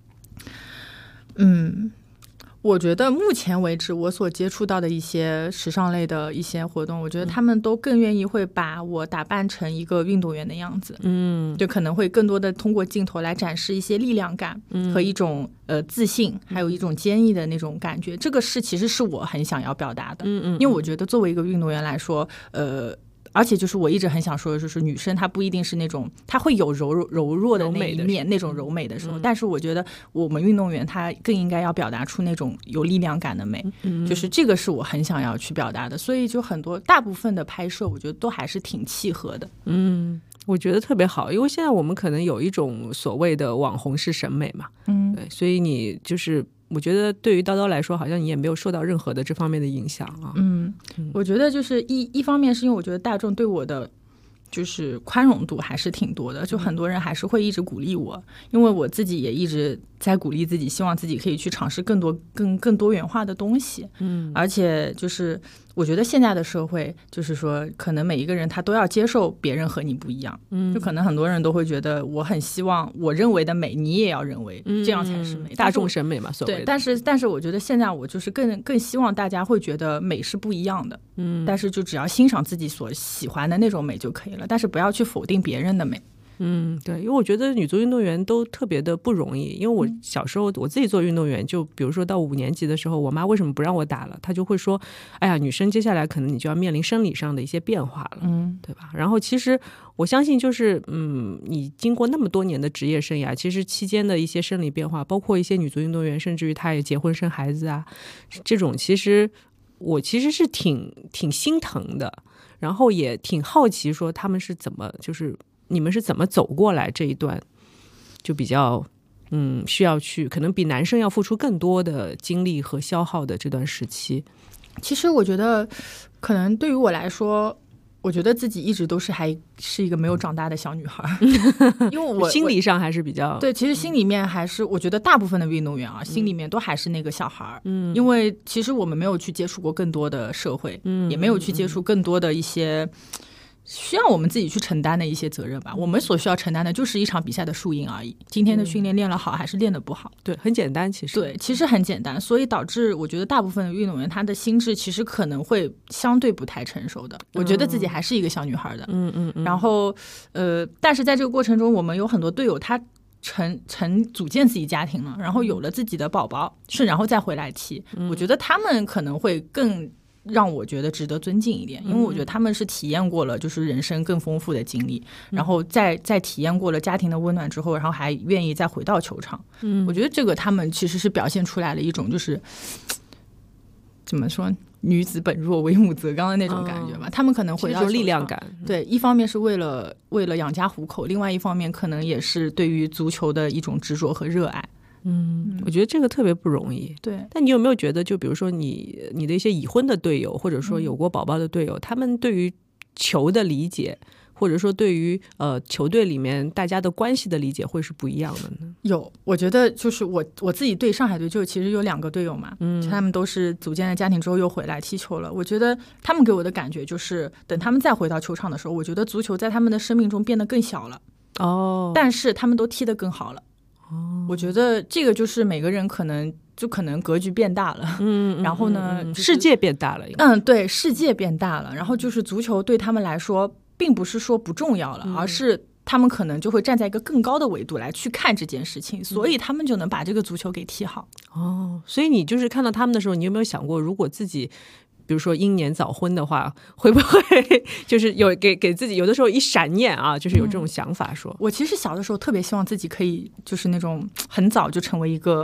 我觉得目前为止我所接触到的一些时尚类的一些活动，我觉得他们都更愿意会把我打扮成一个运动员的样子。就可能会更多的通过镜头来展示一些力量感和一种自信，还有一种坚毅的那种感觉。这个其实是我很想要表达的。因为我觉得作为一个运动员来说，而且就是我一直很想说的就是女生她不一定是那种，她会有柔弱的那一面，那种柔美的时候，但是我觉得我们运动员她更应该要表达出那种有力量感的美。就是这个是我很想要去表达的，所以就大部分的拍摄我觉得都还是挺契合的。 我觉得特别好，因为现在我们可能有一种所谓的网红式审美嘛。对，所以你就是我觉得对于叨叨来说好像你也没有受到任何的这方面的影响啊。 我觉得就是一方面是因为我觉得大众对我的就是宽容度还是挺多的，就很多人还是会一直鼓励我，因为我自己也一直在鼓励自己，希望自己可以去尝试更多元化的东西。而且就是我觉得现在的社会就是说可能每一个人他都要接受别人和你不一样。就可能很多人都会觉得我很希望我认为的美你也要认为，这样才是美， 大众审美嘛，所谓的。 对，但是我觉得现在我就是更希望大家会觉得美是不一样的。但是就只要欣赏自己所喜欢的那种美就可以了，但是不要去否定别人的美。 对，因为我觉得女足运动员都特别的不容易，因为我小时候我自己做运动员，就比如说到5年级的时候，我妈为什么不让我打了，她就会说哎呀，女生接下来可能你就要面临生理上的一些变化了。对吧？然后其实我相信就是你经过那么多年的职业生涯，其实期间的一些生理变化，包括一些女足运动员甚至于她也结婚生孩子啊，这种其实我其实是挺心疼的，然后也挺好奇说他们是怎么就是你们是怎么走过来这一段就比较需要去可能比男生要付出更多的精力和消耗的这段时期？ 其实我觉得可能对于我来说，我觉得自己一直都还是一个没有长大的小女孩。因为我心理上还是比较对，其实心里面还是我觉得大部分的运动员啊，心里面都还是那个小孩。因为其实我们没有去接触过更多的社会，也没有去接触更多的一些需要我们自己去承担的一些责任吧。我们所需要承担的就是一场比赛的输赢而已，今天的训练练了好还是练得不好。 对，很简单。 其实很简单，所以导致我觉得大部分的运动员他的心智其实可能会相对不太成熟的。我觉得自己还是一个小女孩的。然后但是在这个过程中，我们有很多队友他组建自己家庭了，然后有了自己的宝宝，然后再回来踢。我觉得他们可能会更让我觉得值得尊敬一点，因为我觉得他们是体验过了就是人生更丰富的经历，然后在体验过了家庭的温暖之后，然后还愿意再回到球场。我觉得这个他们其实是表现出来了一种就是怎么说，女子本弱为母则刚的那种感觉吧。他们可能回到力量感， 对，一方面是为了养家糊口，另外一方面可能也是对于足球的一种执着和热爱。 我觉得这个特别不容易。 对， 但你有没有觉得就比如说你的一些已婚的队友，或者说有过宝宝的队友，他们对于球的理解，或者说对于球队里面大家的关系的理解会是不一样的呢？ 有，我觉得就是我自己对上海队就其实有2个队友嘛，他们都是组建了家庭之后又回来踢球了。我觉得他们给我的感觉就是等他们再回到球场的时候，我觉得足球在他们的生命中变得更小了。但是他们都踢得更好了。我觉得这个就是每个人可能格局变大了。然后呢， 世界变大了。 对，世界变大了。然后就是足球对他们来说并不是说不重要了，而是他们可能就会站在一个更高的维度来去看这件事情，所以他们就能把这个足球给踢好。 所以你就是看到他们的时候，你有没有想过，如果自己比如说英年早婚的话，会不会就是有给自己有的时候一闪念啊，就是有这种想法说。 我其实小的时候特别希望自己可以就是那种很早就成为一个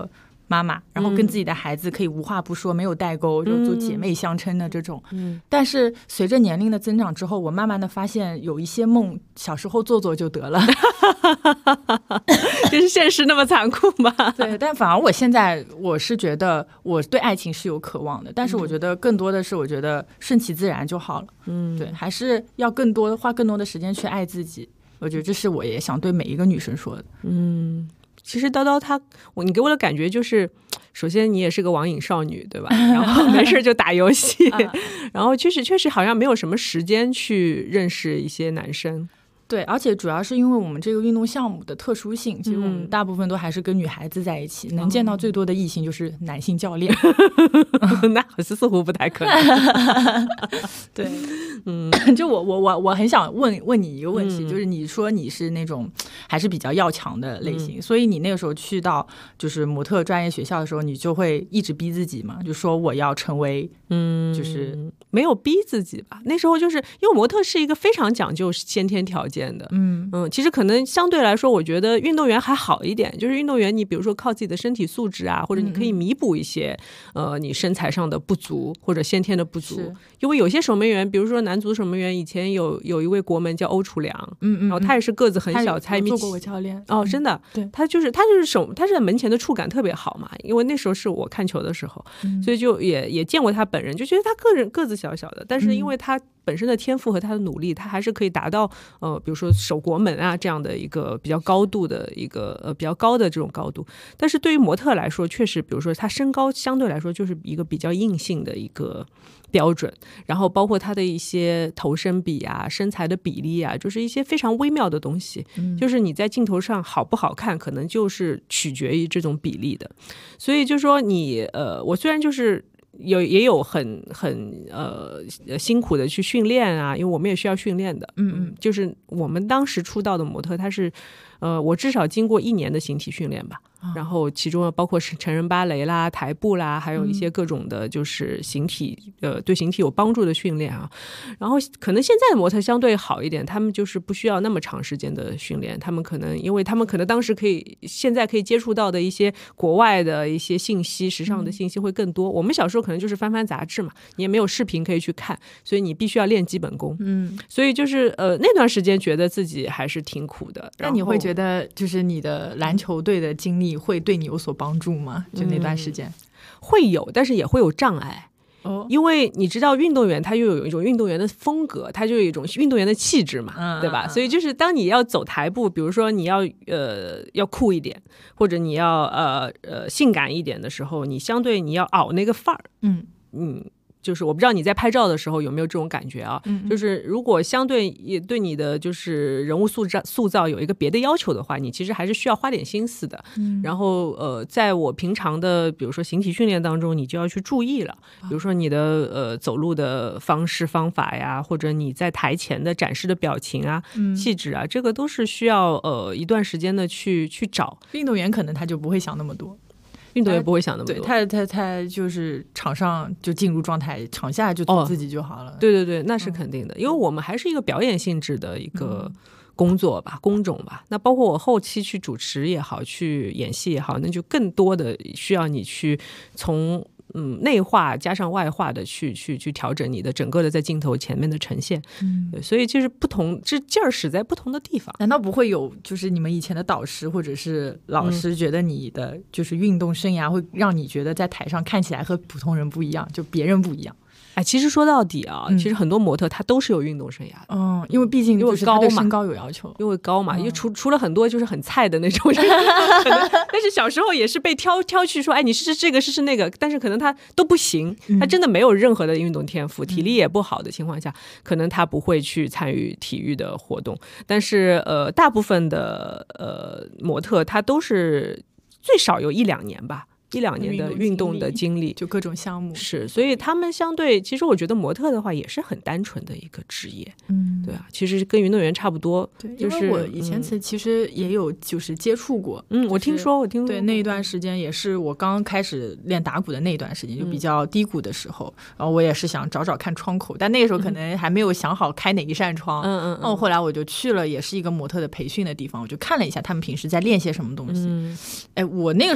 妈妈，然后跟自己的孩子可以无话不说，没有代沟，就做姐妹相称的这种。但是随着年龄的增长之后，我慢慢的发现有一些梦小时候做做就得了。 就是现实那么残酷吗？ 对，但反而我现在我是觉得我对爱情是有渴望的，但是我觉得更多的是我觉得顺其自然就好了。对，还是要花更多的时间去爱自己。我觉得这是我也想对每一个女生说的。 其实叨叨你给我的感觉就是，首先你也是个网瘾少女，对吧？然后没事就打游戏，然后确实好像没有什么时间去认识一些男生。 对，而且主要是因为我们这个运动项目的特殊性，其实我们大部分都还是跟女孩子在一起，能见到最多的异性就是男性教练。 那似乎不太可能。 对，就我很想问你一个问题，就是你说你是那种还是比较要强的类型，所以你那个时候去到就是模特专业学校的时候，你就会一直逼自己嘛，就说我要成为，就是没有逼自己吧。那时候就是因为模特是一个非常讲究先天条件的，其实可能相对来说，我觉得运动员还好一点，就是运动员你比如说靠自己的身体素质啊，或者你可以弥补一些你身材上的不足或者先天的不足。因为有些守门员，比如说男足守门员，以前有一位国门叫欧楚良，然后他也是个子很小，才1.7米。 做过我教练哦，真的， 对， 他是在门前的触感特别好嘛，因为那时候是我看球的时候，所以就也见过他本人，就觉得他个子小小的，但是因为他本身的天赋和他的努力，他还是可以达到比如说守国门啊这样的一个比较高度的一个比较高的这种高度。但是对于模特来说，确实比如说他身高相对来说就是一个比较硬性的一个标准，然后包括他的一些头身比啊、身材的比例啊，就是一些非常微妙的东西，就是你在镜头上好不好看，可能就是取决于这种比例的。所以就说我虽然就是也有很辛苦的去训练啊，因为我们也需要训练的。就是我们当时出道的模特，他是我至少经过1年的形体训练吧。然后其中包括成人芭蕾啦、台步啦，还有一些各种的就是形体对形体有帮助的训练啊。然后可能现在的模特相对好一点，他们就是不需要那么长时间的训练，因为他们可能当时现在可以接触到的一些国外的一些信息、时尚的信息会更多。我们小时候可能就是翻翻杂志嘛，你也没有视频可以去看，所以你必须要练基本功。所以就是那段时间觉得自己还是挺苦的。 那你会觉得就是你的篮球队的经历会对你有所帮助吗？就那段时间会有，但是也会有障碍。因为你知道运动员他又有一种运动员的风格，他就有一种运动员的气质嘛，对吧？所以就是当你要走台步，比如说你要酷一点，或者你要性感一点的时候，你相对你要熬那个范儿。就是我不知道你在拍照的时候有没有这种感觉啊？就是如果相对也对你的就是人物塑造有一个别的要求的话，你其实还是需要花点心思的。然后在我平常的比如说形体训练当中，你就要去注意了，比如说你的走路的方式方法呀，或者你在台前的展示的表情啊、气质啊，这个都是需要一段时间的去找。 运动员可能他就不会想那么多。 运动员不会想那么多， 对他就是场上就进入状态，场下就做自己就好了。 对，那是肯定的，因为我们还是一个表演性质的一个工作吧，工种吧。那包括我后期去主持也好，去演戏也好，那就更多的需要你去从内化加上外化的去调整你的整个的在镜头前面的呈现。所以就是不同，这劲儿使在不同的地方。 难道不会有就是你们以前的导师或者是老师觉得你的就是运动生涯会让你觉得在台上看起来和普通人不一样，就别人不一样？ 其实说到底啊，其实很多模特他都是有运动生涯的。 因为毕竟就是他对身高有要求， 因为高嘛，因为除了很多就是很菜的那种人，但是小时候也是被挑去说，你试试这个试试那个，但是可能他都不行，他真的没有任何的运动天赋，体力也不好的情况下，可能他不会去参与体育的活动。但是大部分的模特他都是最少有1-2年吧。1-2年的运动的经历， 就各种项目是，所以他们相对，其实我觉得模特的话也是很单纯的一个职业。对啊，其实跟运动员差不多。 对， 就是因为我以前其实也有就是接触过。 我听说对，那一段时间也是我刚开始练打鼓的那一段时间，就比较低谷的时候，然后我也是想找看窗口，但那个时候可能还没有想好开哪一扇窗。后来我就去了，也是一个模特的培训的地方，我就看了一下他们平时在练些什么东西。我那个时候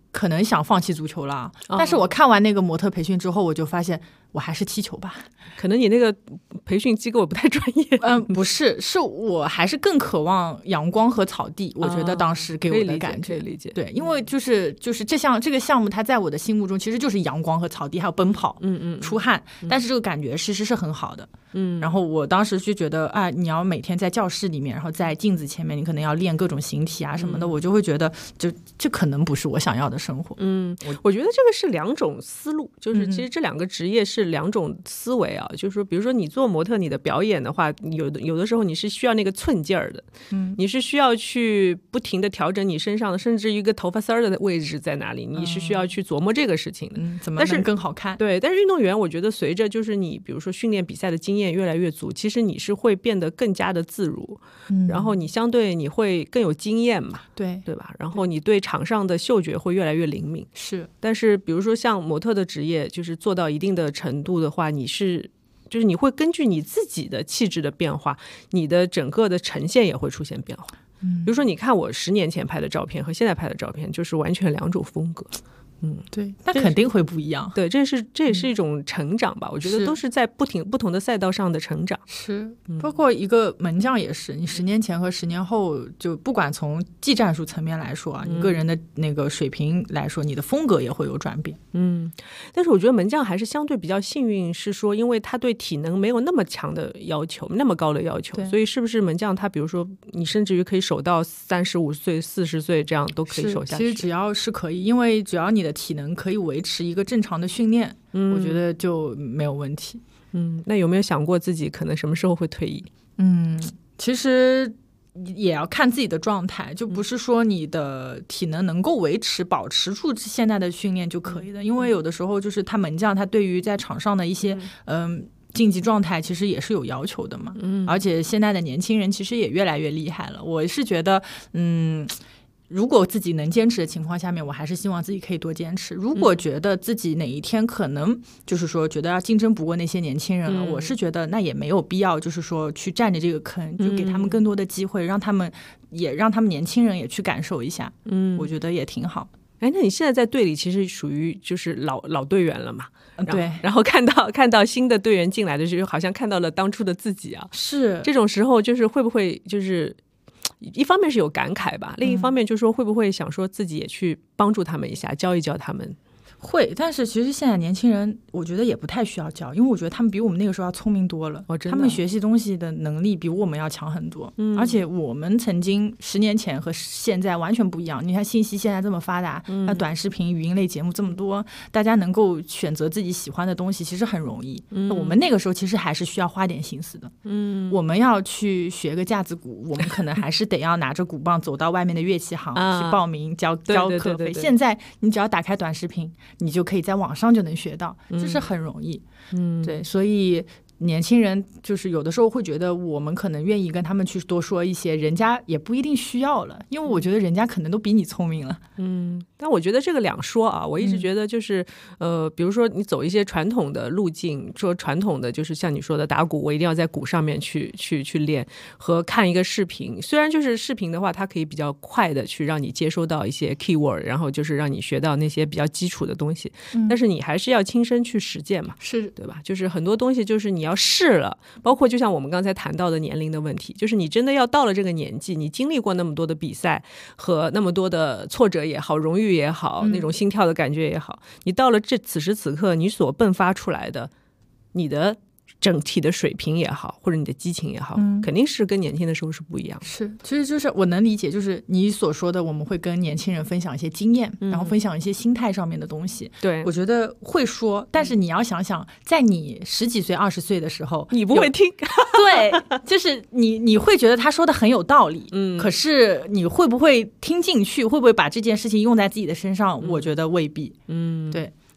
可能想放弃足球了，但是我看完那个模特培训之后，我就发现我还是踢球吧。 可能你那个培训机构不太专业。 不是，是我还是更渴望阳光和草地。我觉得当时给我的感觉， 可以理解。 对，因为就是这个项目，它在我的心目中其实就是阳光和草地，还有奔跑，出汗。但是这个感觉其实是很好的。然后我当时就觉得啊，你要每天在教室里面，然后在镜子前面，你可能要练各种形体啊什么的，我就会觉得这可能不是我想要的生活。 我觉得这个是两种思路，就是其实这两个职业是两种思维啊。就是说比如说你做模特，你的表演的话，有的时候你是需要那个寸劲儿的，你是需要去不停的调整你身上的，甚至一个头发丝儿的位置在哪里，你是需要去琢磨这个事情的， 怎么能更好看。 对，但是运动员我觉得随着就是你比如说训练比赛的经验越来越足，其实你是会变得更加的自如，然后你相对你会更有经验嘛，对吧？然后你对场上的嗅觉会越来越灵敏。 是， 但是比如说像模特的职业，就是做到一定的程度的话，就是你会根据你自己的气质的变化，你的整个的呈现也会出现变化。比如说你看我10年前拍的照片和现在拍的照片，就是完全两种风格。 对，那肯定会不一样。 对，这也是一种成长吧。我觉得都是在不同的赛道上的成长。 是，包括一个门将也是，你10年前和10年后，就不管从技战术层面来说啊，你个人的那个水平来说，你的风格也会有转变。 但是我觉得门将还是相对比较幸运，是说因为他对体能没有那么强的要求，那么高的要求，所以是不是门将他比如说你甚至于可以守到35岁、40岁这样都可以守下去？ 其实只要是可以，因为只要你的体能可以维持一个正常的训练，我觉得就没有问题。 那有没有想过自己可能什么时候会退役？ 其实也要看自己的状态，就不是说你的体能能够保持住现在的训练就可以的，因为有的时候就是他门将他对于在场上的一些竞技状态其实也是有要求的嘛。而且现在的年轻人其实也越来越厉害了，我是觉得如果自己能坚持的情况下面，我还是希望自己可以多坚持。如果觉得自己哪一天可能就是说觉得要竞争不过那些年轻人了，我是觉得那也没有必要就是说去占着这个坑，就给他们更多的机会，让他们年轻人也去感受一下，我觉得也挺好。 那你现在在队里其实属于就是老队员了嘛？ 对， 然后看到新的队员进来的时候，好像看到了当初的自己啊。 是这种时候，就是会不会就是一方面是有感慨吧，另一方面就是说会不会想说自己也去帮助他们一下，教一教他们？ 会，但是其实现在年轻人我觉得也不太需要教，因为我觉得他们比我们那个时候要聪明多了，他们学习东西的能力比我们要强很多。而且我们曾经10年前和现在完全不一样，你看信息现在这么发达，短视频语音类节目这么多，大家能够选择自己喜欢的东西其实很容易。我们那个时候其实还是需要花点心思的。我们要去学个架子鼓，我们可能还是得要拿着鼓棒走到外面的乐器行去报名交课费。现在你只要打开短视频，你就可以在网上就能学到，这是很容易。对，所以年轻人就是有的时候会觉得我们可能愿意跟他们去多说一些，人家也不一定需要了，因为我觉得人家可能都比你聪明了。 但我觉得这个两说啊，我一直觉得就是比如说你走一些传统的路径，说传统的就是像你说的打鼓，我一定要在鼓上面去练，和看一个视频，虽然就是视频的话它可以比较快的去让你接收到一些 keyword， 然后就是让你学到那些比较基础的东西，但是你还是要亲身去实践嘛， 是对吧？就是很多东西就是你要试了，包括就像我们刚才谈到的年龄的问题，就是你真的要到了这个年纪，你经历过那么多的比赛和那么多的挫折也好，荣誉也好，那种心跳的感觉也好，你到了此时此刻，你所迸发出来的你的整体的水平也好，或者你的激情也好，肯定是跟年轻的时候是不一样的。 是，其实就是我能理解，就是你所说的我们会跟年轻人分享一些经验，然后分享一些心态上面的东西。 对， 我觉得会说，但是你要想想，在你10几岁20岁的时候， 你不会听。 对，就是你会觉得他说的很有道理，可是你会不会听进去，会不会把这件事情用在自己的身上，我觉得未必。对，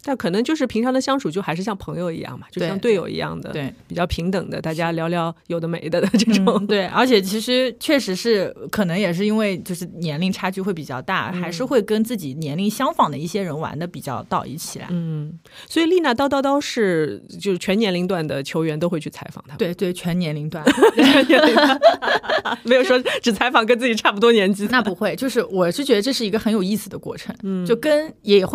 但可能就是平常的相处就还是像朋友一样嘛，就像队友一样的， 对， 比较平等的，大家聊聊有的没的这种。 对，而且其实确实是可能也是因为就是年龄差距会比较大，还是会跟自己年龄相仿的一些人玩的比较到一起来。 所以丽娜叨是就是全年龄段的球员都会去采访他们。 对对，全年龄段。 没有说只采访跟自己差不多年纪的。 那不会，就是我是觉得这是一个很有意思的过程，就也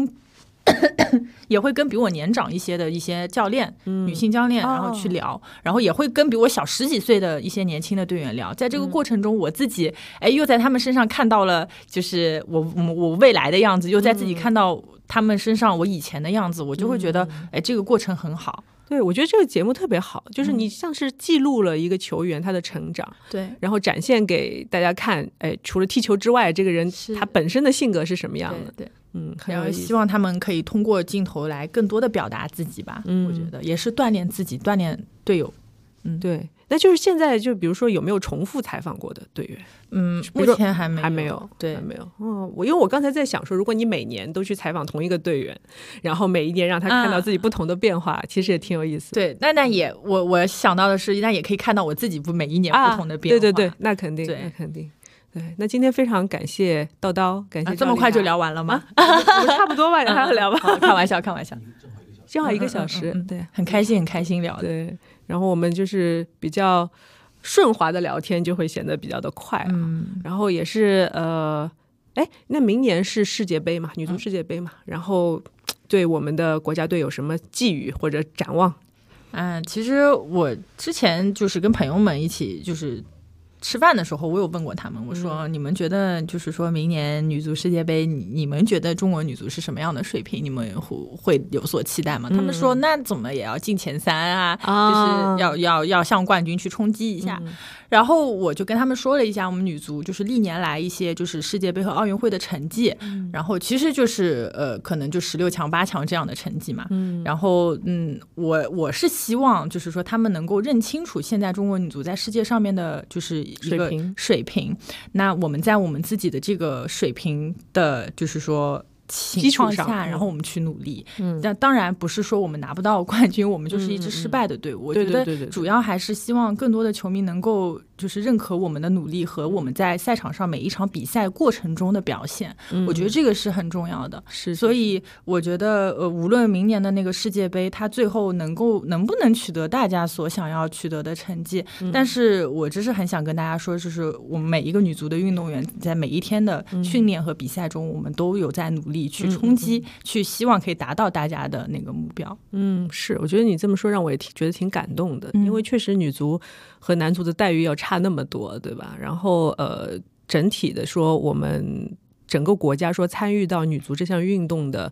会跟比我年长一些的一些教练，女性教练，然后去聊，然后也会跟比我小10几岁的一些年轻的队员聊。在这个过程中，我自己又在他们身上看到了，就是我未来的样子，又在自己看到他们身上我以前的样子，我就会觉得，这个过程很好。 对，我觉得这个节目特别好，就是你像是记录了一个球员他的成长， 对， 然后展现给大家看，除了踢球之外，这个人他本身的性格是什么样的？ 对， 然后希望他们可以通过镜头来更多的表达自己吧。我觉得也是锻炼自己，锻炼队友。 对。那就是现在就比如说有没有重复采访过的队员？ 目前还没有，对， 还没有。因为我刚才在想说，如果你每年都去采访同一个队员，然后每一年让他看到自己不同的变化，其实也挺有意思的。 对，那也我想到的是，那也可以看到我自己每一年不同的变化。 对，那肯定，那肯定。对，那今天非常感谢叨，感谢这么快就聊完了吗？ 我们差不多吧，还要聊吧？ 开玩笑， 正好1个小时。对， 很开心聊的。 对，然后我们就是比较顺滑的聊天，就会显得比较的快。然后也是那明年是世界杯嘛，女足世界杯嘛，然后对我们的国家队有什么寄语或者展望？ 其实我之前就是跟朋友们一起就是吃饭的时候，我有问过他们，我说你们觉得就是说明年女足世界杯，你们觉得中国女足是什么样的水平？你们会有所期待吗？他们说那怎么也要进前3啊，就是要向冠军去冲击一下。然后我就跟他们说了一下我们女足就是历年来一些就是世界杯和奥运会的成绩，然后其实就是可能就16强8强这样的成绩嘛。然后我是希望就是说他们能够认清楚现在中国女足在世界上面的就是一个水平，那我们在我们自己的这个水平的就是说情况下，然后我们去努力。但当然不是说我们拿不到冠军，我们就是一支失败的队伍。我觉得主要还是希望更多的球迷能够就是认可我们的努力和我们在赛场上每一场比赛过程中的表现。我觉得这个是很重要的。所以我觉得无论明年的那个世界杯它最后能不能取得大家所想要取得的成绩，但是我只是很想跟大家说，就是我们每一个女足的运动员在每一天的训练和比赛中，我们都有在努力去冲击，去希望可以达到大家的那个目标。 是，我觉得你这么说让我也觉得挺感动的，因为确实女足和男足的待遇要差那么多，对吧？然后整体的说，我们整个国家说参与到女足这项运动的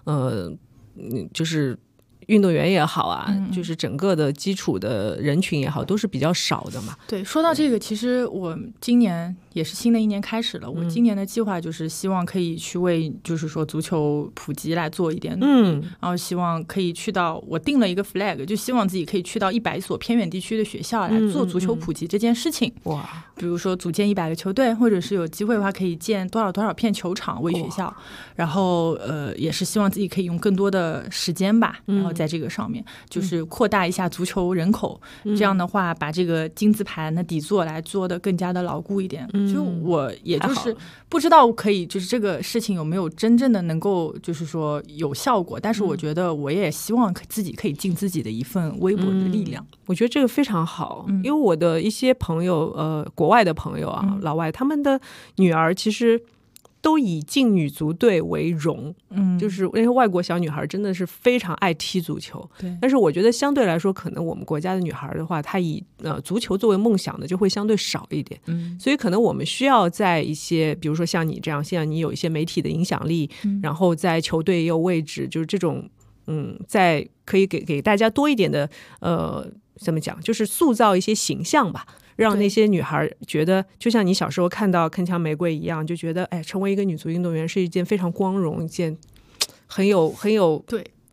就是运动员也好啊，就是整个的基础的人群也好，都是比较少的嘛。 对，说到这个，其实我今年也是新的一年开始了，我今年的计划就是希望可以去为就是说足球普及来做一点努力，然后希望可以去到，我定了一个 flag， 就希望自己可以去到100所偏远地区的学校来做足球普及这件事情。哇，比如说组建100个球队，或者是有机会的话可以建多少片球场为学校，然后也是希望自己可以用更多的时间吧，然后在这个上面就是扩大一下足球人口，这样的话把这个金字盘的底座来做得更加的牢固一点。就我也就是不知道可以就是这个事情有没有真正的能够就是说有效果，但是我觉得我也希望自己可以尽自己的一份微薄的力量。 我觉得这个非常好，因为我的一些朋友国外的朋友啊，老外，他们的女儿其实都以进女足队为荣，就是那些外国小女孩真的是非常爱踢足球。对，但是我觉得相对来说，可能我们国家的女孩的话，她以足球作为梦想的就会相对少一点。所以可能我们需要在一些，比如说像你这样，现在你有一些媒体的影响力，然后在球队也有位置，就是这种在可以给大家多一点的怎么讲，就是塑造一些形象吧。让那些女孩觉得就像你小时候看到铿锵玫瑰一样，就觉得成为一个女足运动员是一件非常光荣，一件很有对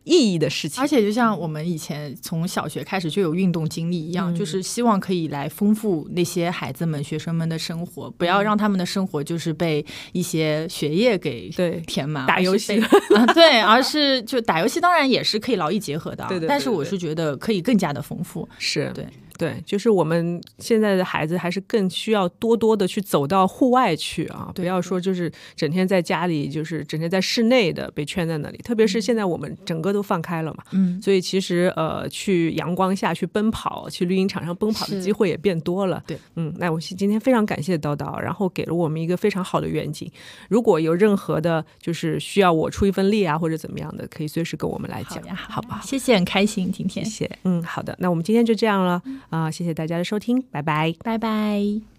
意义的事情。 而且就像我们以前从小学开始就有运动经历一样，就是希望可以来丰富那些孩子们学生们的生活，不要让他们的生活就是被一些学业给填满， 打游戏对，而是就打游戏当然也是可以劳逸结合的， 对， 但是我是觉得可以更加的丰富。 是对，就是我们现在的孩子还是更需要多多的去走到户外去啊，不要说就是整天在家里，就是整天在室内的被圈在那里。特别是现在我们整个都放开了嘛，所以其实去阳光下去奔跑，去绿茵场上奔跑的机会也变多了。 对， 那我今天非常感谢叨叨，然后给了我们一个非常好的远景。如果有任何的就是需要我出一份力啊或者怎么样的，可以随时跟我们来讲，好吧？ 谢谢，很开心今天。 谢谢，好的，那我们今天就这样了。谢谢大家的收听，拜拜， 拜拜。